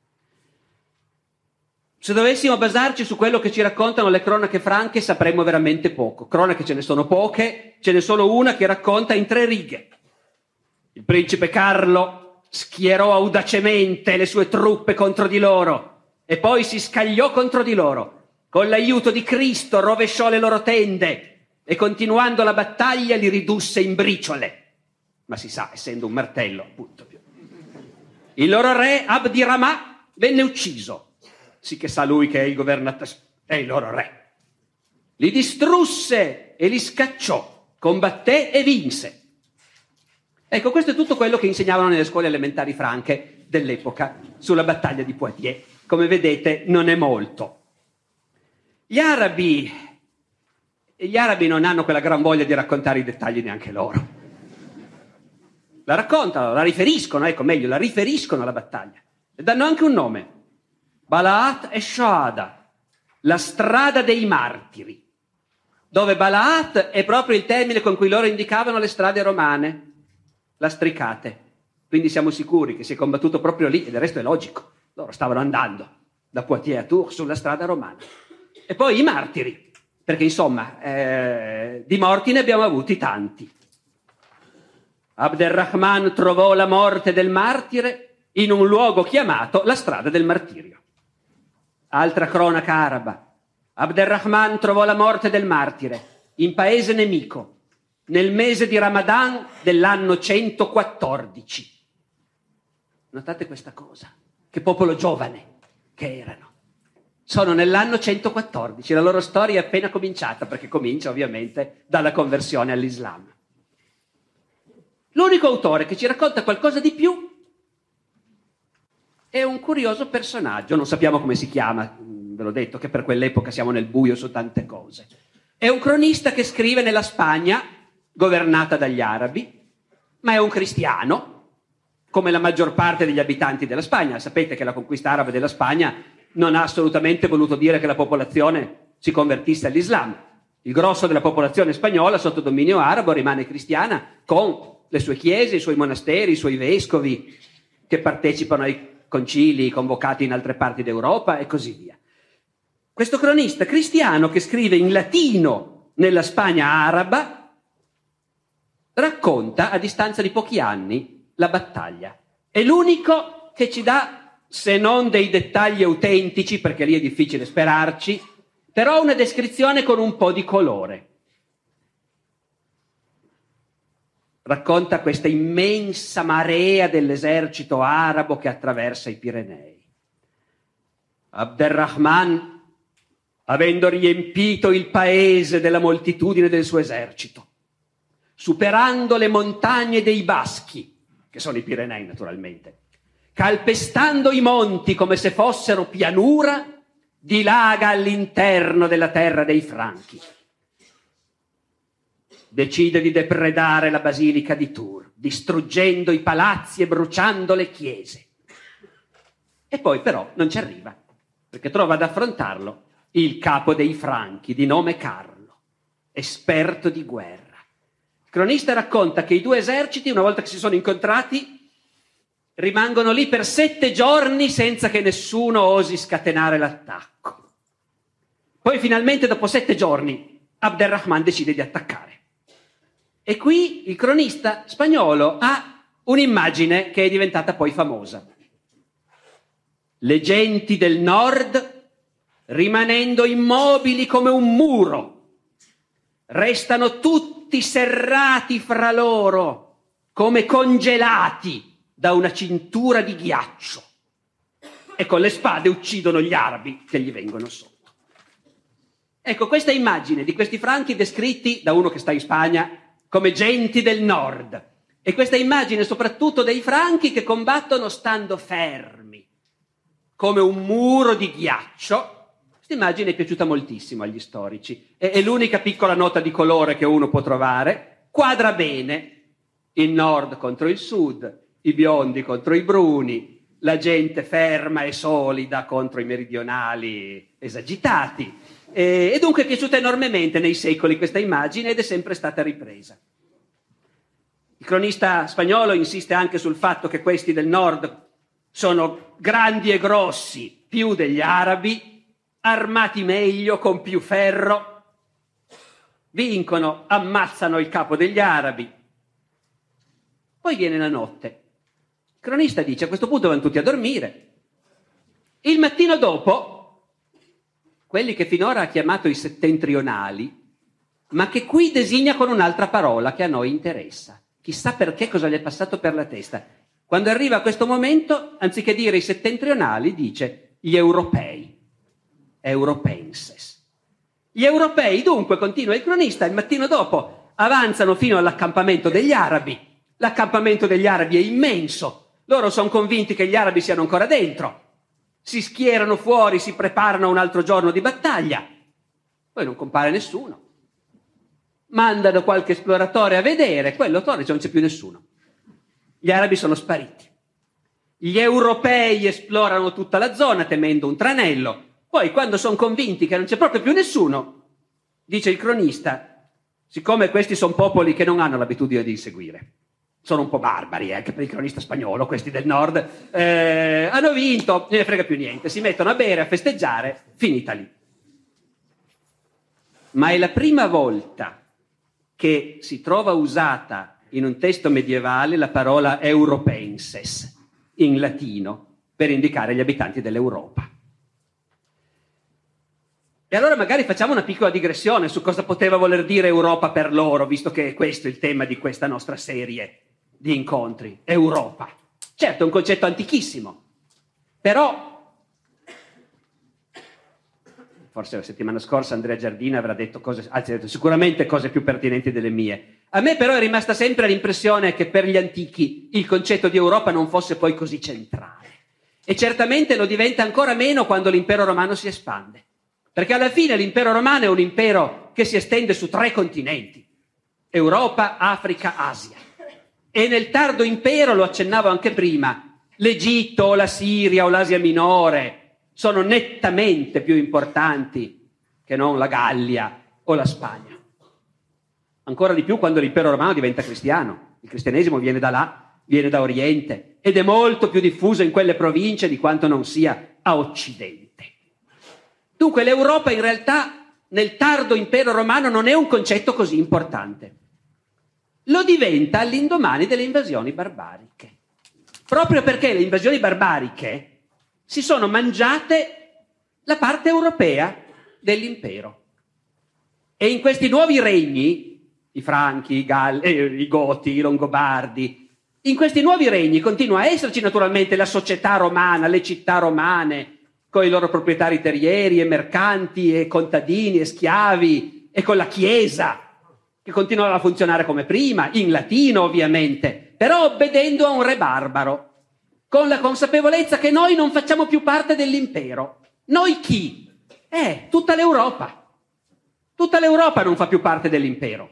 Se dovessimo basarci su quello che ci raccontano le cronache franche sapremmo veramente poco. Cronache ce ne sono poche, ce n'è solo una che racconta in 3 righe. Il principe Carlo schierò audacemente le sue truppe contro di loro e poi si scagliò contro di loro. Con l'aiuto di Cristo rovesciò le loro tende e continuando la battaglia li ridusse in briciole. Ma si sa, essendo un martello, appunto. Il loro re Abdirama venne ucciso. Sì che sa lui che è il governatore, è il loro re. Li distrusse e li scacciò, combatté e vinse. Ecco, questo è tutto quello che insegnavano nelle scuole elementari franche dell'epoca sulla battaglia di Poitiers. Come vedete, non è molto. Gli arabi non hanno quella gran voglia di raccontare i dettagli neanche loro. La raccontano, la riferiscono, ecco meglio, la riferiscono alla battaglia. E danno anche un nome. Balaat e Shohada, la strada dei martiri, dove Balaat è proprio il termine con cui loro indicavano le strade romane, lastricate. Quindi siamo sicuri che si è combattuto proprio lì, e del resto è logico. Loro stavano andando da Poitiers a Tours sulla strada romana. E poi i martiri, perché insomma di morti ne abbiamo avuti tanti. Abd er-Rahman trovò la morte del martire in un luogo chiamato la strada del martirio. Altra cronaca araba. Abd er-Rahman trovò la morte del martire in paese nemico nel mese di Ramadan dell'anno 114. Notate questa cosa, che popolo giovane che erano. Sono nell'anno 114, la loro storia è appena cominciata, perché comincia ovviamente dalla conversione all'Islam. L'unico autore che ci racconta qualcosa di più è un curioso personaggio, non sappiamo come si chiama, ve l'ho detto che per quell'epoca siamo nel buio su tante cose. È un cronista che scrive nella Spagna governata dagli arabi, ma è un cristiano, come la maggior parte degli abitanti della Spagna. Sapete che la conquista araba della Spagna non ha assolutamente voluto dire che la popolazione si convertisse all'Islam. Il grosso della popolazione spagnola sotto dominio arabo rimane cristiana, con le sue chiese, i suoi monasteri, i suoi vescovi che partecipano ai concili convocati in altre parti d'Europa e così via. Questo cronista cristiano che scrive in latino nella Spagna araba racconta a distanza di pochi anni la battaglia. È l'unico che ci dà, se non dei dettagli autentici, perché lì è difficile sperarci, però una descrizione con un po' di colore. Racconta questa immensa marea dell'esercito arabo che attraversa i Pirenei. Abderrahman, avendo riempito il paese della moltitudine del suo esercito, superando le montagne dei Baschi, che sono i Pirenei naturalmente, calpestando i monti come se fossero pianura, dilaga all'interno della terra dei Franchi. Decide di depredare la basilica di Tours, distruggendo i palazzi e bruciando le chiese. E poi però non ci arriva, perché trova ad affrontarlo il capo dei Franchi, di nome Carlo, esperto di guerra. Il cronista racconta che i due eserciti, una volta che si sono incontrati, rimangono lì per 7 giorni senza che nessuno osi scatenare l'attacco. Poi finalmente, dopo 7 giorni, Abderrahman decide di attaccare. E qui il cronista spagnolo ha un'immagine che è diventata poi famosa. Le genti del nord, rimanendo immobili come un muro, restano tutti serrati fra loro, come congelati da una cintura di ghiaccio, e con le spade uccidono gli arabi che gli vengono sotto. Ecco, questa immagine di questi franchi descritti da uno che sta in Spagna come genti del nord, e questa immagine soprattutto dei franchi che combattono stando fermi, come un muro di ghiaccio. Questa immagine è piaciuta moltissimo agli storici, è l'unica piccola nota di colore che uno può trovare, quadra bene il nord contro il sud, i biondi contro i bruni, la gente ferma e solida contro i meridionali esagitati, e dunque è piaciuta enormemente nei secoli questa immagine ed è sempre stata ripresa. Il cronista spagnolo insiste anche sul fatto che questi del nord sono grandi e grossi, più degli arabi, armati meglio, con più ferro, vincono, ammazzano il capo degli arabi. Poi viene la notte. Il cronista dice: a questo punto vanno tutti a dormire. Il mattino dopo, quelli che finora ha chiamato i settentrionali, ma che qui designa con un'altra parola che a noi interessa. Chissà perché, cosa gli è passato per la testa. Quando arriva a questo momento, anziché dire i settentrionali, dice gli europei. Europenses. Gli europei, dunque, continua il cronista, il mattino dopo avanzano fino all'accampamento degli arabi. L'accampamento degli arabi è immenso, loro sono convinti che gli arabi siano ancora dentro, si schierano fuori, si preparano a un altro giorno di battaglia, poi non compare nessuno, mandano qualche esploratore a vedere, quello torna e non c'è più nessuno, gli arabi sono spariti. Gli europei esplorano tutta la zona temendo un tranello. Poi, quando sono convinti che non c'è proprio più nessuno, dice il cronista, siccome questi sono popoli che non hanno l'abitudine di inseguire, sono un po' barbari, anche per il cronista spagnolo, questi del nord, hanno vinto, non ne frega più niente, si mettono a bere, a festeggiare, finita lì. Ma è la prima volta che si trova usata in un testo medievale la parola europenses, in latino, per indicare gli abitanti dell'Europa. E allora magari facciamo una piccola digressione su cosa poteva voler dire Europa per loro, visto che questo è il tema di questa nostra serie di incontri. Europa. Certo, è un concetto antichissimo, però forse la settimana scorsa Andrea Giardina avrà detto cose, anzi ha detto sicuramente cose più pertinenti delle mie. A me però è rimasta sempre l'impressione che per gli antichi il concetto di Europa non fosse poi così centrale. E certamente lo diventa ancora meno quando l'impero romano si espande. Perché alla fine l'impero romano è un impero che si estende su 3 continenti. Europa, Africa, Asia. E nel tardo impero, lo accennavo anche prima, l'Egitto o la Siria o l'Asia Minore sono nettamente più importanti che non la Gallia o la Spagna. Ancora di più quando l'impero romano diventa cristiano. Il cristianesimo viene da là, viene da Oriente ed è molto più diffuso in quelle province di quanto non sia a Occidente. Dunque l'Europa in realtà nel tardo impero romano non è un concetto così importante. Lo diventa all'indomani delle invasioni barbariche. Proprio perché le invasioni barbariche si sono mangiate la parte europea dell'impero. E in questi nuovi regni, i Franchi, i Goti, i Longobardi, in questi nuovi regni continua a esserci naturalmente la società romana, le città romane, con i loro proprietari terrieri e mercanti e contadini e schiavi e con la Chiesa, che continuava a funzionare come prima, in latino ovviamente, però obbedendo a un re barbaro, con la consapevolezza che noi non facciamo più parte dell'impero. Noi chi? Tutta l'Europa. Tutta l'Europa non fa più parte dell'impero.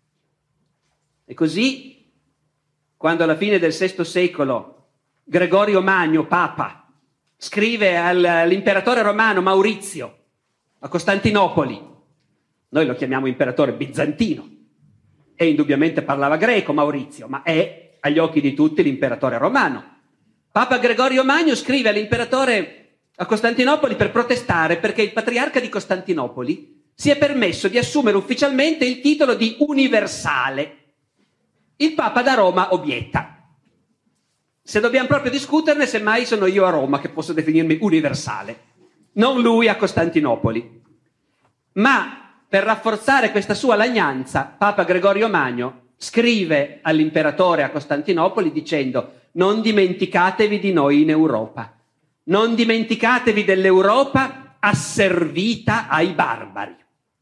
E così, quando alla fine del VI secolo Gregorio Magno, Papa, scrive all'imperatore romano Maurizio a Costantinopoli, noi lo chiamiamo imperatore bizantino, e indubbiamente parlava greco Maurizio, ma è agli occhi di tutti l'imperatore romano. Papa Gregorio Magno scrive all'imperatore a Costantinopoli per protestare perché il patriarca di Costantinopoli si è permesso di assumere ufficialmente il titolo di universale. Il Papa da Roma obietta. Se dobbiamo proprio discuterne, semmai sono io a Roma che posso definirmi universale, non lui a Costantinopoli. Ma per rafforzare questa sua lagnanza, Papa Gregorio Magno scrive all'imperatore a Costantinopoli dicendo: non dimenticatevi di noi in Europa, non dimenticatevi dell'Europa asservita ai barbari.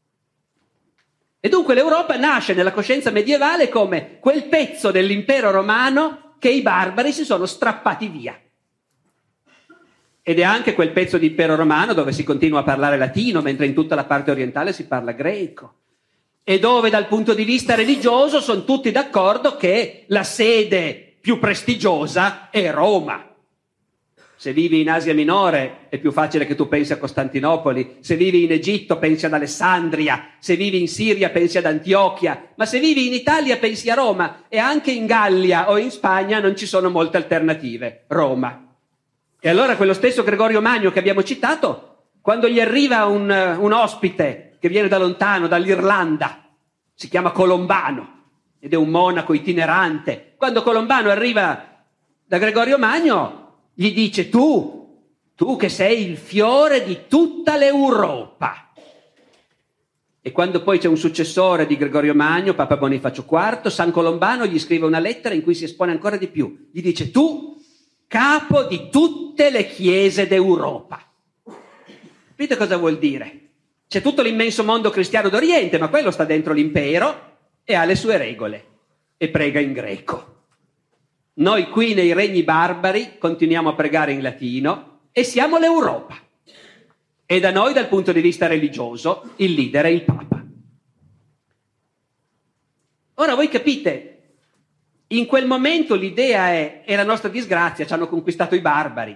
E dunque l'Europa nasce nella coscienza medievale come quel pezzo dell'impero romano che i barbari si sono strappati via. Ed è anche quel pezzo di impero romano dove si continua a parlare latino, mentre in tutta la parte orientale si parla greco. E dove dal punto di vista religioso sono tutti d'accordo che la sede più prestigiosa è Roma. Se vivi in Asia Minore è più facile che tu pensi a Costantinopoli, se vivi in Egitto pensi ad Alessandria, se vivi in Siria pensi ad Antiochia, ma se vivi in Italia pensi a Roma, e anche in Gallia o in Spagna non ci sono molte alternative, Roma. E allora quello stesso Gregorio Magno che abbiamo citato, quando gli arriva un ospite che viene da lontano, dall'Irlanda, si chiama Colombano ed è un monaco itinerante, quando Colombano arriva da Gregorio Magno gli dice: tu che sei il fiore di tutta l'Europa. E quando poi c'è un successore di Gregorio Magno, Papa Bonifacio IV, San Colombano gli scrive una lettera in cui si espone ancora di più. Gli dice: tu, capo di tutte le chiese d'Europa. Capite cosa vuol dire? C'è tutto l'immenso mondo cristiano d'Oriente, ma quello sta dentro l'impero e ha le sue regole e prega in greco. Noi qui nei regni barbari continuiamo a pregare in latino e siamo l'Europa. E da noi, dal punto di vista religioso, il leader è il Papa. Ora voi capite, in quel momento l'idea è la nostra disgrazia, ci hanno conquistato i barbari.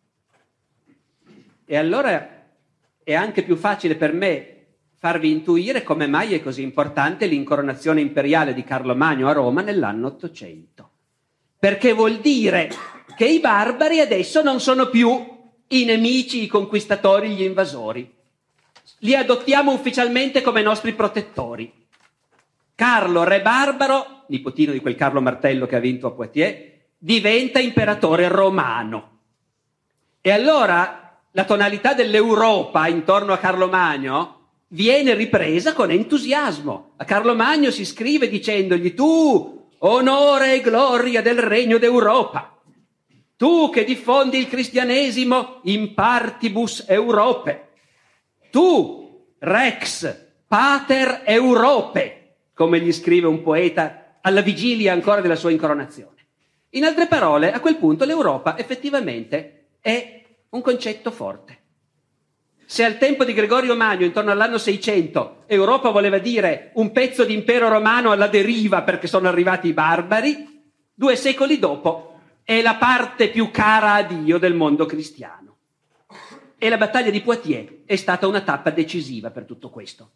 E allora è anche più facile per me farvi intuire come mai è così importante l'incoronazione imperiale di Carlo Magno a Roma nell'anno 800. Perché vuol dire che i barbari adesso non sono più i nemici, i conquistatori, gli invasori. Li adottiamo ufficialmente come nostri protettori. Carlo, re barbaro, nipotino di quel Carlo Martello che ha vinto a Poitiers, diventa imperatore romano. E allora la tonalità dell'Europa intorno a Carlo Magno viene ripresa con entusiasmo. A Carlo Magno si scrive dicendogli: tu, onore e gloria del regno d'Europa, tu che diffondi il cristianesimo in partibus Europe, tu, rex, pater Europe, come gli scrive un poeta alla vigilia ancora della sua incoronazione. In altre parole, a quel punto l'Europa effettivamente è un concetto forte. Se al tempo di Gregorio Magno, intorno all'anno 600, Europa voleva dire un pezzo di impero romano alla deriva perché sono arrivati i barbari, 2 secoli dopo è la parte più cara a Dio del mondo cristiano. E la battaglia di Poitiers è stata una tappa decisiva per tutto questo.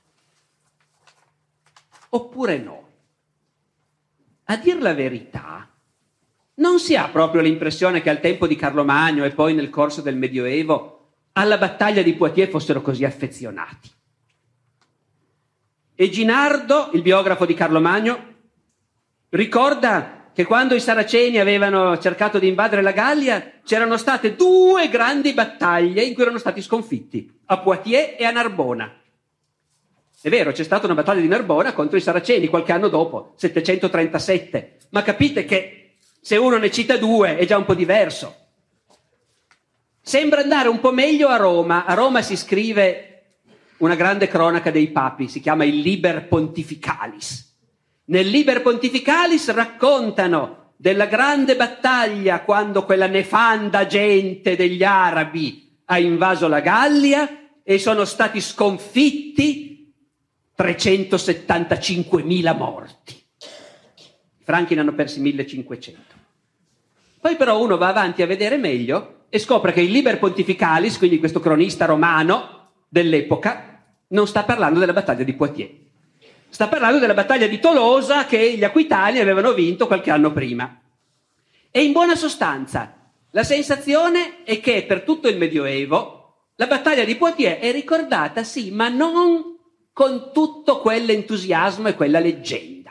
Oppure no? A dir la verità, non si ha proprio l'impressione che al tempo di Carlo Magno e poi nel corso del Medioevo alla battaglia di Poitiers fossero così affezionati. E Ginardo, il biografo di Carlo Magno, ricorda che quando i Saraceni avevano cercato di invadere la Gallia c'erano state 2 grandi battaglie in cui erano stati sconfitti, a Poitiers e a Narbona. È vero, c'è stata una battaglia di Narbona contro i Saraceni qualche anno dopo, 737, ma capite che se uno ne cita 2 è già un po' diverso. Sembra andare un po' meglio a Roma. A Roma si scrive una grande cronaca dei papi, si chiama il Liber Pontificalis. Nel Liber Pontificalis raccontano della grande battaglia quando quella nefanda gente degli arabi ha invaso la Gallia e sono stati sconfitti 375.000 morti. I franchi ne hanno persi 1.500. Poi però uno va avanti a vedere meglio e scopre che il Liber Pontificalis, quindi questo cronista romano dell'epoca, non sta parlando della battaglia di Poitiers. Sta parlando della battaglia di Tolosa che gli aquitani avevano vinto qualche anno prima. E in buona sostanza, la sensazione è che per tutto il Medioevo la battaglia di Poitiers è ricordata, sì, ma non con tutto quell'entusiasmo e quella leggenda.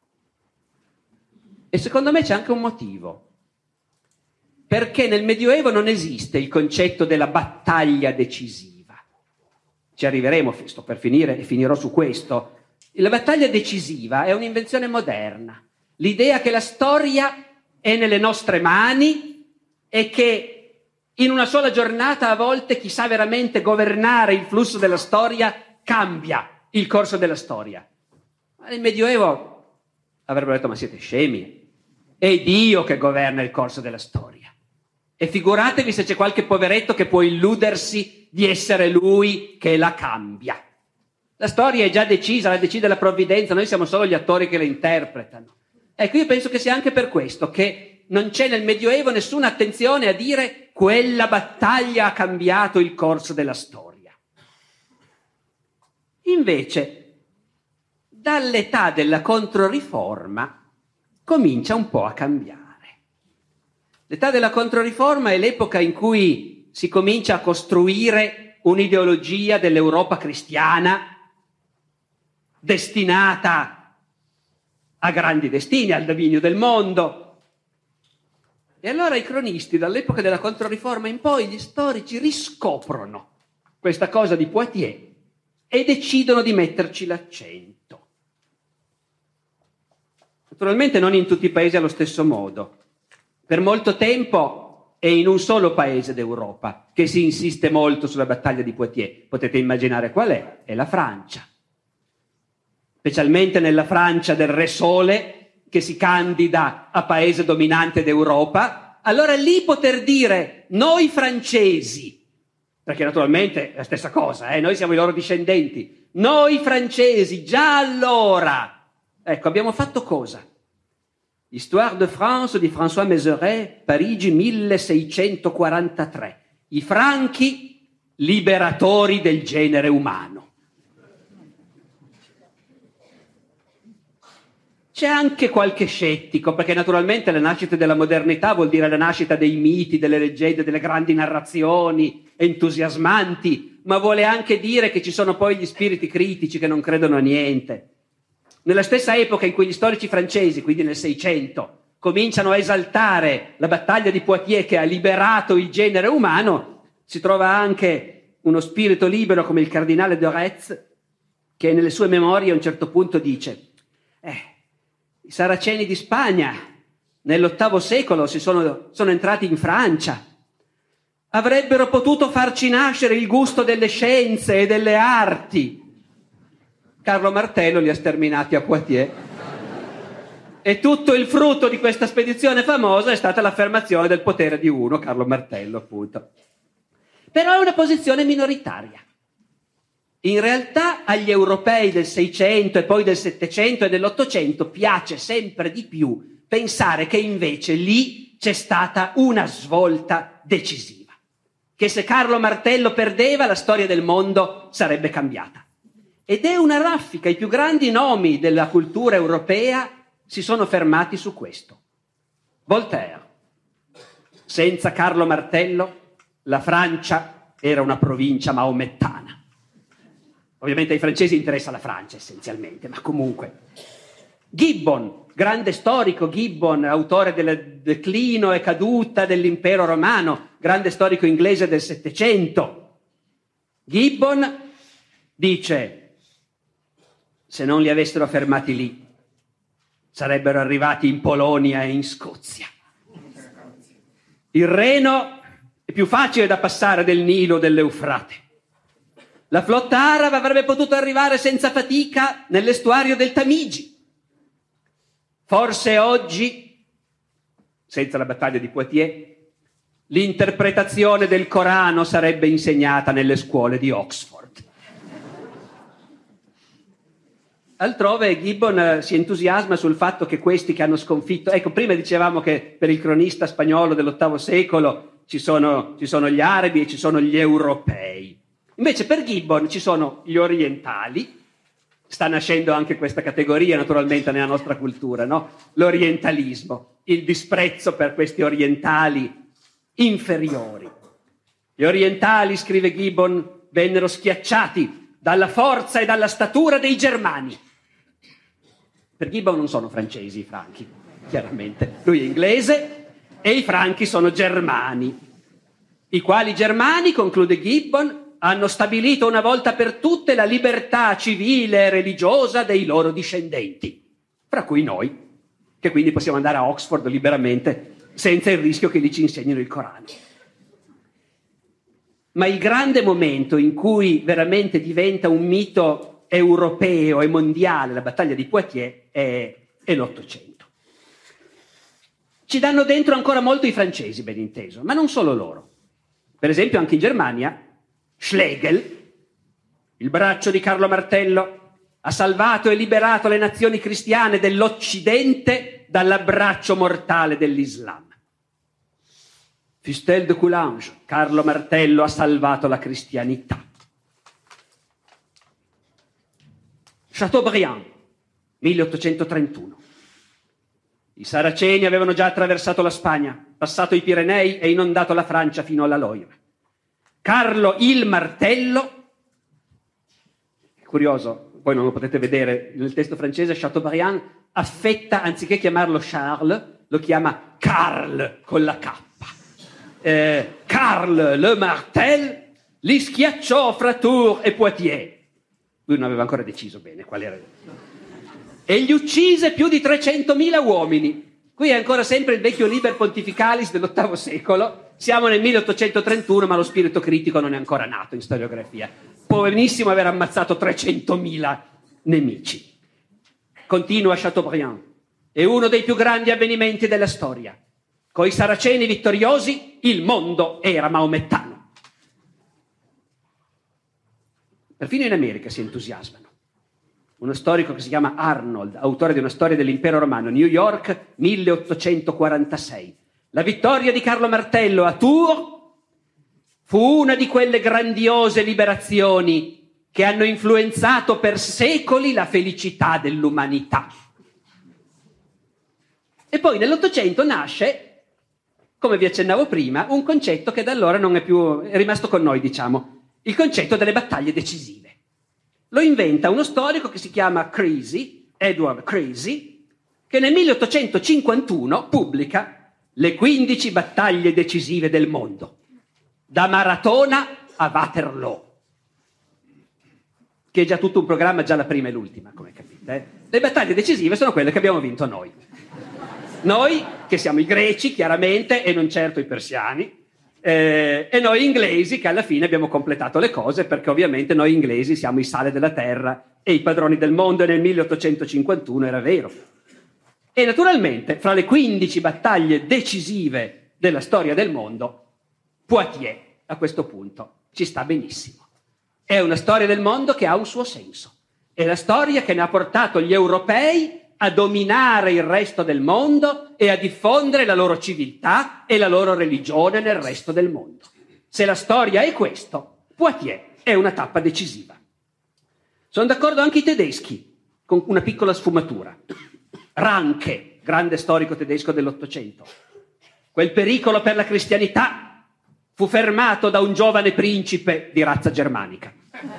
E secondo me c'è anche un motivo. Perché nel Medioevo non esiste il concetto della battaglia decisiva. Ci arriveremo, sto per finire e finirò su questo. La battaglia decisiva è un'invenzione moderna. L'idea che la storia è nelle nostre mani e che in una sola giornata a volte chi sa veramente governare il flusso della storia cambia il corso della storia. Ma nel Medioevo avrebbero detto: ma siete scemi? È Dio che governa il corso della storia. E figuratevi se c'è qualche poveretto che può illudersi di essere lui che la cambia. La storia è già decisa, la decide la provvidenza, noi siamo solo gli attori che la interpretano. Ecco, io penso che sia anche per questo che non c'è nel Medioevo nessuna attenzione a dire quella battaglia ha cambiato il corso della storia. Invece, dall'età della Controriforma comincia un po' a cambiare. L'età della Controriforma è l'epoca in cui si comincia a costruire un'ideologia dell'Europa cristiana destinata a grandi destini, al dominio del mondo. E allora i cronisti, dall'epoca della Controriforma in poi, gli storici riscoprono questa cosa di Poitiers e decidono di metterci l'accento. Naturalmente non in tutti i paesi allo stesso modo. Per molto tempo è in un solo paese d'Europa che si insiste molto sulla battaglia di Poitiers. Potete immaginare qual è la Francia. Specialmente nella Francia del Re Sole, che si candida a paese dominante d'Europa, allora lì poter dire noi francesi, perché naturalmente è la stessa cosa, noi siamo i loro discendenti, noi francesi, già allora, ecco, abbiamo fatto cosa? Histoire de France di François Mézeray, Parigi 1643. I franchi liberatori del genere umano. C'è anche qualche scettico, perché naturalmente la nascita della modernità vuol dire la nascita dei miti, delle leggende, delle grandi narrazioni entusiasmanti, ma vuole anche dire che ci sono poi gli spiriti critici che non credono a niente. Nella stessa epoca in cui gli storici francesi, quindi nel 600, cominciano a esaltare la battaglia di Poitiers che ha liberato il genere umano, si trova anche uno spirito libero come il cardinale de Retz, che nelle sue memorie a un certo punto dice: i Saraceni di Spagna nell'VIII secolo sono entrati in Francia, avrebbero potuto farci nascere il gusto delle scienze e delle arti. Carlo Martello li ha sterminati a Poitiers. E tutto il frutto di questa spedizione famosa è stata l'affermazione del potere di uno, Carlo Martello, appunto. Però è una posizione minoritaria. In realtà agli europei del 600 e poi del 700 e dell'800 piace sempre di più pensare che invece lì c'è stata una svolta decisiva, che se Carlo Martello perdeva la storia del mondo sarebbe cambiata. Ed è una raffica, i più grandi nomi della cultura europea si sono fermati su questo. Voltaire: senza Carlo Martello la Francia era una provincia maomettana. Ovviamente ai francesi interessa la Francia essenzialmente, ma comunque. Gibbon, grande storico, Gibbon, autore del declino e caduta dell'impero romano, grande storico inglese del Settecento. Gibbon dice: se non li avessero fermati lì, sarebbero arrivati in Polonia e in Scozia. Il Reno è più facile da passare del Nilo o dell'Eufrate. La flotta araba avrebbe potuto arrivare senza fatica nell'estuario del Tamigi. Forse oggi, senza la battaglia di Poitiers, l'interpretazione del Corano sarebbe insegnata nelle scuole di Oxford. Altrove Gibbon si entusiasma sul fatto che questi che hanno sconfitto... Ecco, prima dicevamo che per il cronista spagnolo dell'VIII secolo ci sono gli arabi e ci sono gli europei. Invece per Gibbon ci sono gli orientali, sta nascendo anche questa categoria naturalmente nella nostra cultura, no? L'orientalismo, il disprezzo per questi orientali inferiori. Gli orientali, scrive Gibbon, vennero schiacciati dalla forza e dalla statura dei germani. Per Gibbon non sono francesi i franchi, chiaramente. Lui è inglese e i franchi sono germani, i quali germani, conclude Gibbon, hanno stabilito una volta per tutte la libertà civile e religiosa dei loro discendenti, fra cui noi, che quindi possiamo andare a Oxford liberamente senza il rischio che lì ci insegnino il Corano. Ma il grande momento in cui veramente diventa un mito europeo e mondiale la battaglia di Poitiers è l'Ottocento. Ci danno dentro ancora molto i francesi, ben inteso, ma non solo loro. Per esempio anche in Germania Schlegel, il braccio di Carlo Martello, ha salvato e liberato le nazioni cristiane dell'Occidente dall'abbraccio mortale dell'Islam. Fustel de Coulanges, Carlo Martello ha salvato la cristianità. Chateaubriand, 1831. I saraceni avevano già attraversato la Spagna, passato i Pirenei e inondato la Francia fino alla Loira. Carlo il Martello, curioso, poi non lo potete vedere nel testo francese, Chateaubriand affetta, anziché chiamarlo Charles, lo chiama Carl con la K. Carl le Martel li schiacciò fra Tours e Poitiers. Lui non aveva ancora deciso bene qual era. E gli uccise più di 300.000 uomini. Qui è ancora sempre il vecchio Liber Pontificalis dell'VIII secolo. Siamo nel 1831, ma lo spirito critico non è ancora nato in storiografia. Può benissimo aver ammazzato 300.000 nemici. Continua Chateaubriand. È uno dei più grandi avvenimenti della storia. Coi saraceni vittoriosi, il mondo era maomettano. Perfino in America si entusiasmano. Uno storico che si chiama Arnold, autore di una storia dell'impero romano, New York, 1846. La vittoria di Carlo Martello a Tours fu una di quelle grandiose liberazioni che hanno influenzato per secoli la felicità dell'umanità. E poi nell'Ottocento nasce, come vi accennavo prima, un concetto che da allora non è rimasto con noi, diciamo, il concetto delle battaglie decisive. Lo inventa uno storico che si chiama Creasy, Edward Creasy, che nel 1851 pubblica le 15 battaglie decisive del mondo, da Maratona a Waterloo, che è già tutto un programma, già la prima e l'ultima, come capite. Le battaglie decisive sono quelle che abbiamo vinto noi. Noi, che siamo i greci, chiaramente, e non certo i persiani, e noi inglesi, che alla fine abbiamo completato le cose, perché ovviamente noi inglesi siamo il sale della terra e i padroni del mondo, e nel 1851 era vero. E naturalmente, fra le 15 battaglie decisive della storia del mondo, Poitiers a questo punto ci sta benissimo. È una storia del mondo che ha un suo senso. È la storia che ne ha portato gli europei a dominare il resto del mondo e a diffondere la loro civiltà e la loro religione nel resto del mondo. Se la storia è questo, Poitiers è una tappa decisiva. Sono d'accordo anche i tedeschi, con una piccola sfumatura. Ranke, grande storico tedesco dell'Ottocento. Quel pericolo per la cristianità fu fermato da un giovane principe di razza germanica.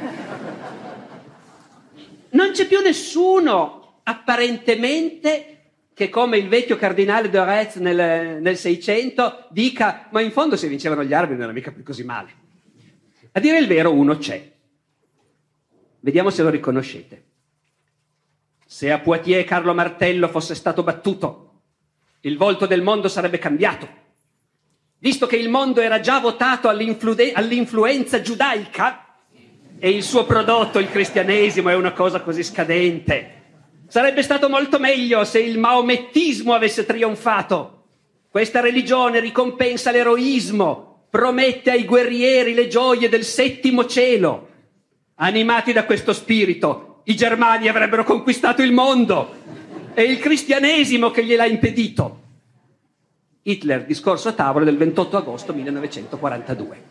Non c'è più nessuno, apparentemente, che come il vecchio cardinale de Retz nel 600 dica ma in fondo se vincevano gli arabi non era mica più così male. A dire il vero uno c'è. Vediamo se lo riconoscete. Se a Poitiers Carlo Martello fosse stato battuto, il volto del mondo sarebbe cambiato. Visto che il mondo era già votato all'influenza giudaica e il suo prodotto, il cristianesimo, è una cosa così scadente, sarebbe stato molto meglio se il maomettismo avesse trionfato. Questa religione ricompensa l'eroismo, promette ai guerrieri le gioie del settimo cielo. Animati da questo spirito, i germani avrebbero conquistato il mondo. È il cristianesimo che gliel'ha impedito. Hitler, discorso a tavola del 28 agosto 1942.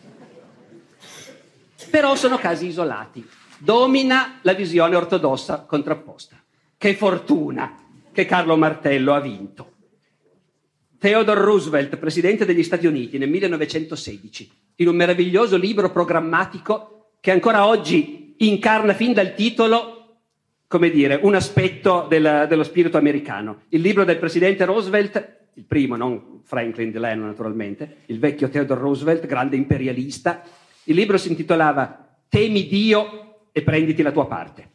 Però sono casi isolati. Domina la visione ortodossa contrapposta. Che fortuna che Carlo Martello ha vinto. Theodore Roosevelt, presidente degli Stati Uniti nel 1916, in un meraviglioso libro programmatico che ancora oggi incarna fin dal titolo, come dire, un aspetto dello spirito americano. Il libro del presidente Roosevelt, il primo, non Franklin Delano naturalmente, il vecchio Theodore Roosevelt, grande imperialista. Il libro si intitolava Temi Dio e prenditi la tua parte.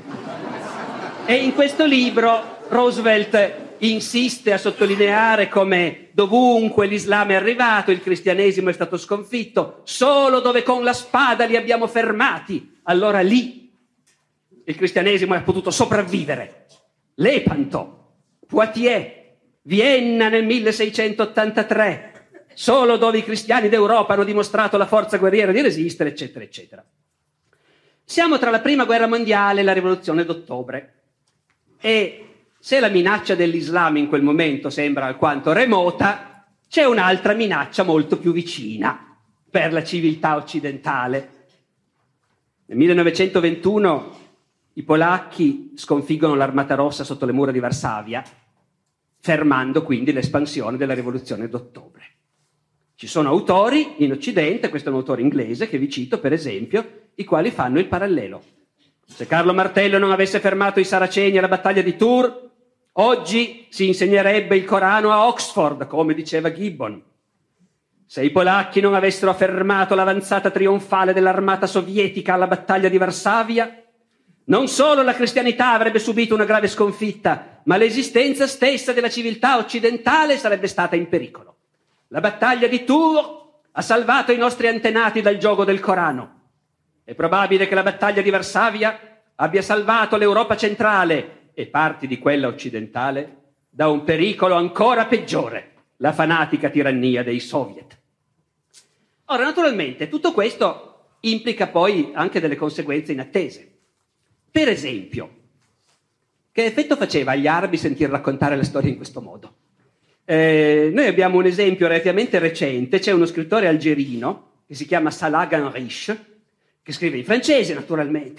E in questo libro Roosevelt insiste a sottolineare come dovunque l'Islam è arrivato, il cristianesimo è stato sconfitto, solo dove con la spada li abbiamo fermati, allora lì il cristianesimo è potuto sopravvivere. Lepanto, Poitiers, Vienna nel 1683, solo dove i cristiani d'Europa hanno dimostrato la forza guerriera di resistere, eccetera, eccetera. Siamo tra la prima guerra mondiale e la rivoluzione d'ottobre e se la minaccia dell'Islam in quel momento sembra alquanto remota, c'è un'altra minaccia molto più vicina per la civiltà occidentale. Nel 1921 i polacchi sconfiggono l'Armata Rossa sotto le mura di Varsavia, fermando quindi l'espansione della rivoluzione d'ottobre. Ci sono autori in Occidente, questo è un autore inglese che vi cito per esempio, i quali fanno il parallelo. Se Carlo Martello non avesse fermato i Saraceni alla battaglia di Tours, oggi si insegnerebbe il Corano a Oxford, come diceva Gibbon. Se i polacchi non avessero fermato l'avanzata trionfale dell'armata sovietica alla battaglia di Varsavia, non solo la cristianità avrebbe subito una grave sconfitta, ma l'esistenza stessa della civiltà occidentale sarebbe stata in pericolo. La battaglia di Tours ha salvato i nostri antenati dal giogo del Corano. È probabile che la battaglia di Varsavia abbia salvato l'Europa centrale e parti di quella occidentale da un pericolo ancora peggiore, la fanatica tirannia dei soviet. Ora, naturalmente, tutto questo implica poi anche delle conseguenze inattese. Per esempio, che effetto faceva agli arabi sentir raccontare la storia in questo modo? Noi abbiamo un esempio relativamente recente, c'è uno scrittore algerino che si chiama Salah Ganrish, che scrive in francese naturalmente,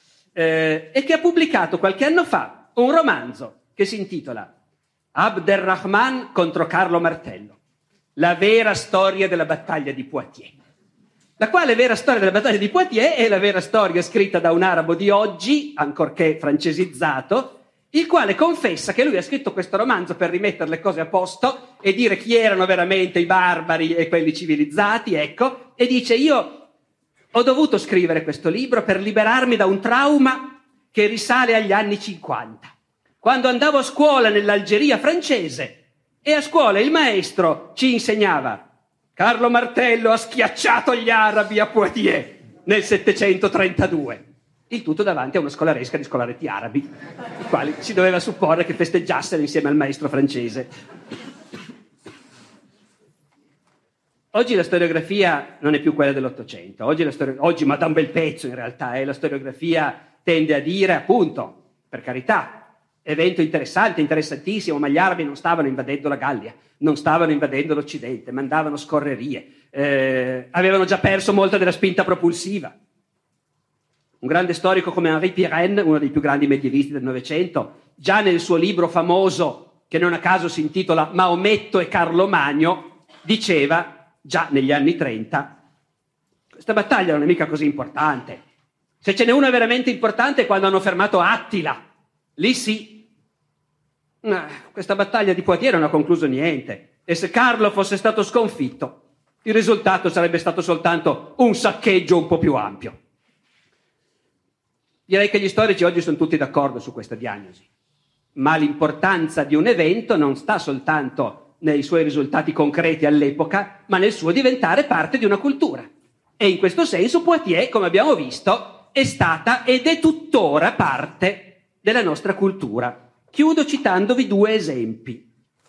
e che ha pubblicato qualche anno fa un romanzo che si intitola Abderrahman contro Carlo Martello, la vera storia della battaglia di Poitiers. La quale vera storia della battaglia di Poitiers è la vera storia scritta da un arabo di oggi, ancorché francesizzato, il quale confessa che lui ha scritto questo romanzo per rimettere le cose a posto e dire chi erano veramente i barbari e quelli civilizzati, ecco, e dice io ho dovuto scrivere questo libro per liberarmi da un trauma che risale agli anni 50, quando andavo a scuola nell'Algeria francese e a scuola il maestro ci insegnava Carlo Martello ha schiacciato gli arabi a Poitiers nel 732. Il tutto davanti a una scolaresca di scolaretti arabi, i quali si doveva supporre che festeggiassero insieme al maestro francese. Oggi la storiografia non è più quella dell'Ottocento, oggi ma da un bel pezzo in realtà, la storiografia tende a dire, appunto, per carità, evento interessante, interessantissimo, ma gli arabi non stavano invadendo la Gallia, non stavano invadendo l'Occidente, mandavano scorrerie, avevano già perso molta della spinta propulsiva. Un grande storico come Henri Pirenne, uno dei più grandi medievisti del Novecento, già nel suo libro famoso, che non a caso si intitola Maometto e Carlo Magno, diceva, già negli anni 30, questa battaglia non è mica così importante. Se ce n'è una veramente importante è quando hanno fermato Attila. Lì sì. Questa battaglia di Poitiers non ha concluso niente. E se Carlo fosse stato sconfitto, il risultato sarebbe stato soltanto un saccheggio un po' più ampio. Direi che gli storici oggi sono tutti d'accordo su questa diagnosi. Ma l'importanza di un evento non sta soltanto nei suoi risultati concreti all'epoca, ma nel suo diventare parte di una cultura. E in questo senso Poitiers, come abbiamo visto, è stata ed è tuttora parte della nostra cultura. Chiudo citandovi due esempi.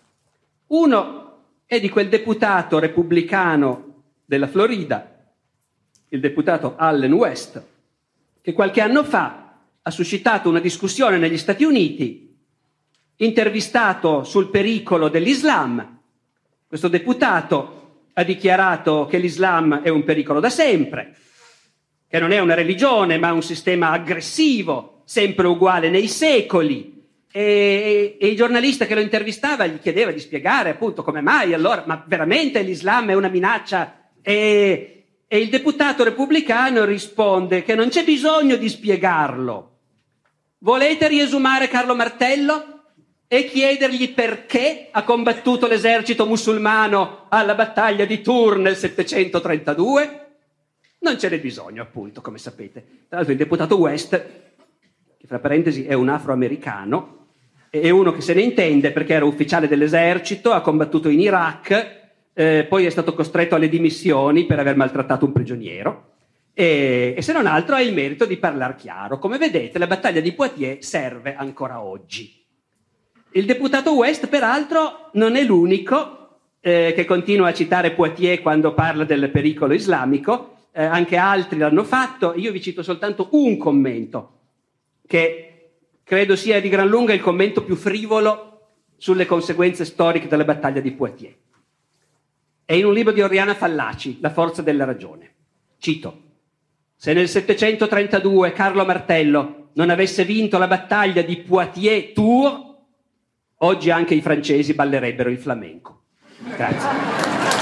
Uno è di quel deputato repubblicano della Florida, il deputato Allen West, che qualche anno fa ha suscitato una discussione negli Stati Uniti, intervistato sul pericolo dell'Islam. Questo deputato ha dichiarato che l'Islam è un pericolo da sempre, che non è una religione ma un sistema aggressivo, sempre uguale nei secoli. E il giornalista che lo intervistava gli chiedeva di spiegare appunto come mai allora, ma veramente l'Islam è una minaccia? E il deputato repubblicano risponde che non c'è bisogno di spiegarlo. Volete riesumare Carlo Martello e chiedergli perché ha combattuto l'esercito musulmano alla battaglia di Tours nel 732? Non ce n'è bisogno, appunto, come sapete. Tra l'altro il deputato West, che fra parentesi è un afroamericano, è uno che se ne intende perché era ufficiale dell'esercito, ha combattuto in Iraq, poi è stato costretto alle dimissioni per aver maltrattato un prigioniero e se non altro ha il merito di parlare chiaro. Come vedete, la battaglia di Poitiers serve ancora oggi. Il deputato West, peraltro, non è l'unico che continua a citare Poitiers quando parla del pericolo islamico, anche altri l'hanno fatto. Io vi cito soltanto un commento che credo sia di gran lunga il commento più frivolo sulle conseguenze storiche della battaglia di Poitiers. È in un libro di Oriana Fallaci, La forza della ragione. Cito: se nel 732 Carlo Martello non avesse vinto la battaglia di Poitiers-Tours, oggi anche i francesi ballerebbero il flamenco. Grazie.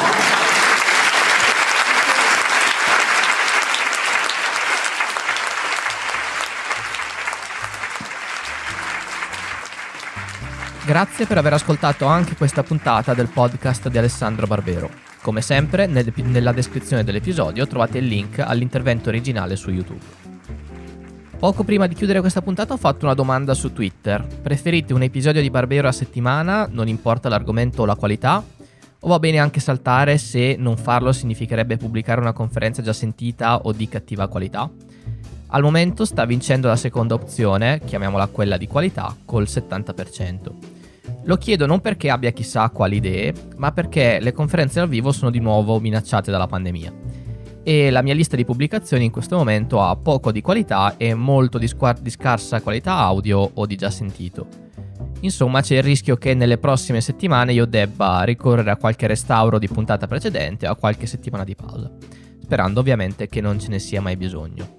Grazie per aver ascoltato anche questa puntata del podcast di Alessandro Barbero. Come sempre, nella descrizione dell'episodio trovate il link all'intervento originale su YouTube. Poco prima di chiudere questa puntata ho fatto una domanda su Twitter. Preferite un episodio di Barbero a settimana, non importa l'argomento o la qualità? O va bene anche saltare se non farlo significherebbe pubblicare una conferenza già sentita o di cattiva qualità? Al momento sta vincendo la seconda opzione, chiamiamola quella di qualità, col 70%. Lo chiedo non perché abbia chissà quali idee, ma perché le conferenze dal vivo sono di nuovo minacciate dalla pandemia. E la mia lista di pubblicazioni in questo momento ha poco di qualità e molto di scarsa qualità audio o di già sentito. Insomma, c'è il rischio che nelle prossime settimane io debba ricorrere a qualche restauro di puntata precedente o a qualche settimana di pausa, sperando ovviamente che non ce ne sia mai bisogno.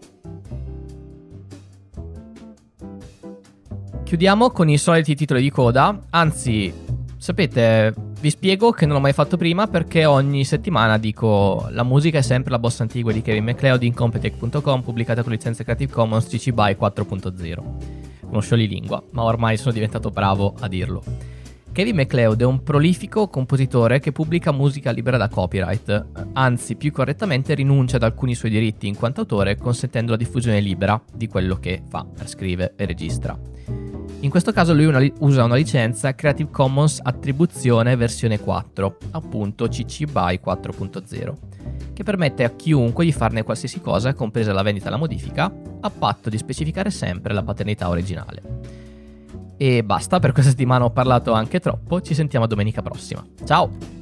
Chiudiamo con i soliti titoli di coda, anzi, sapete, vi spiego che non l'ho mai fatto prima perché ogni settimana dico la musica è sempre la bossa antigua di Kevin MacLeod di Incompetech.com, pubblicata con licenza Creative Commons CC BY 4.0. Uno scioglilingua, ma ormai sono diventato bravo a dirlo. Kevin MacLeod è un prolifico compositore che pubblica musica libera da copyright, anzi più correttamente rinuncia ad alcuni suoi diritti in quanto autore consentendo la diffusione libera di quello che fa, scrive e registra. In questo caso lui usa una licenza Creative Commons Attribuzione versione 4, appunto CC BY 4.0, che permette a chiunque di farne qualsiasi cosa, compresa la vendita e la modifica, a patto di specificare sempre la paternità originale. E basta, per questa settimana ho parlato anche troppo, ci sentiamo domenica prossima. Ciao!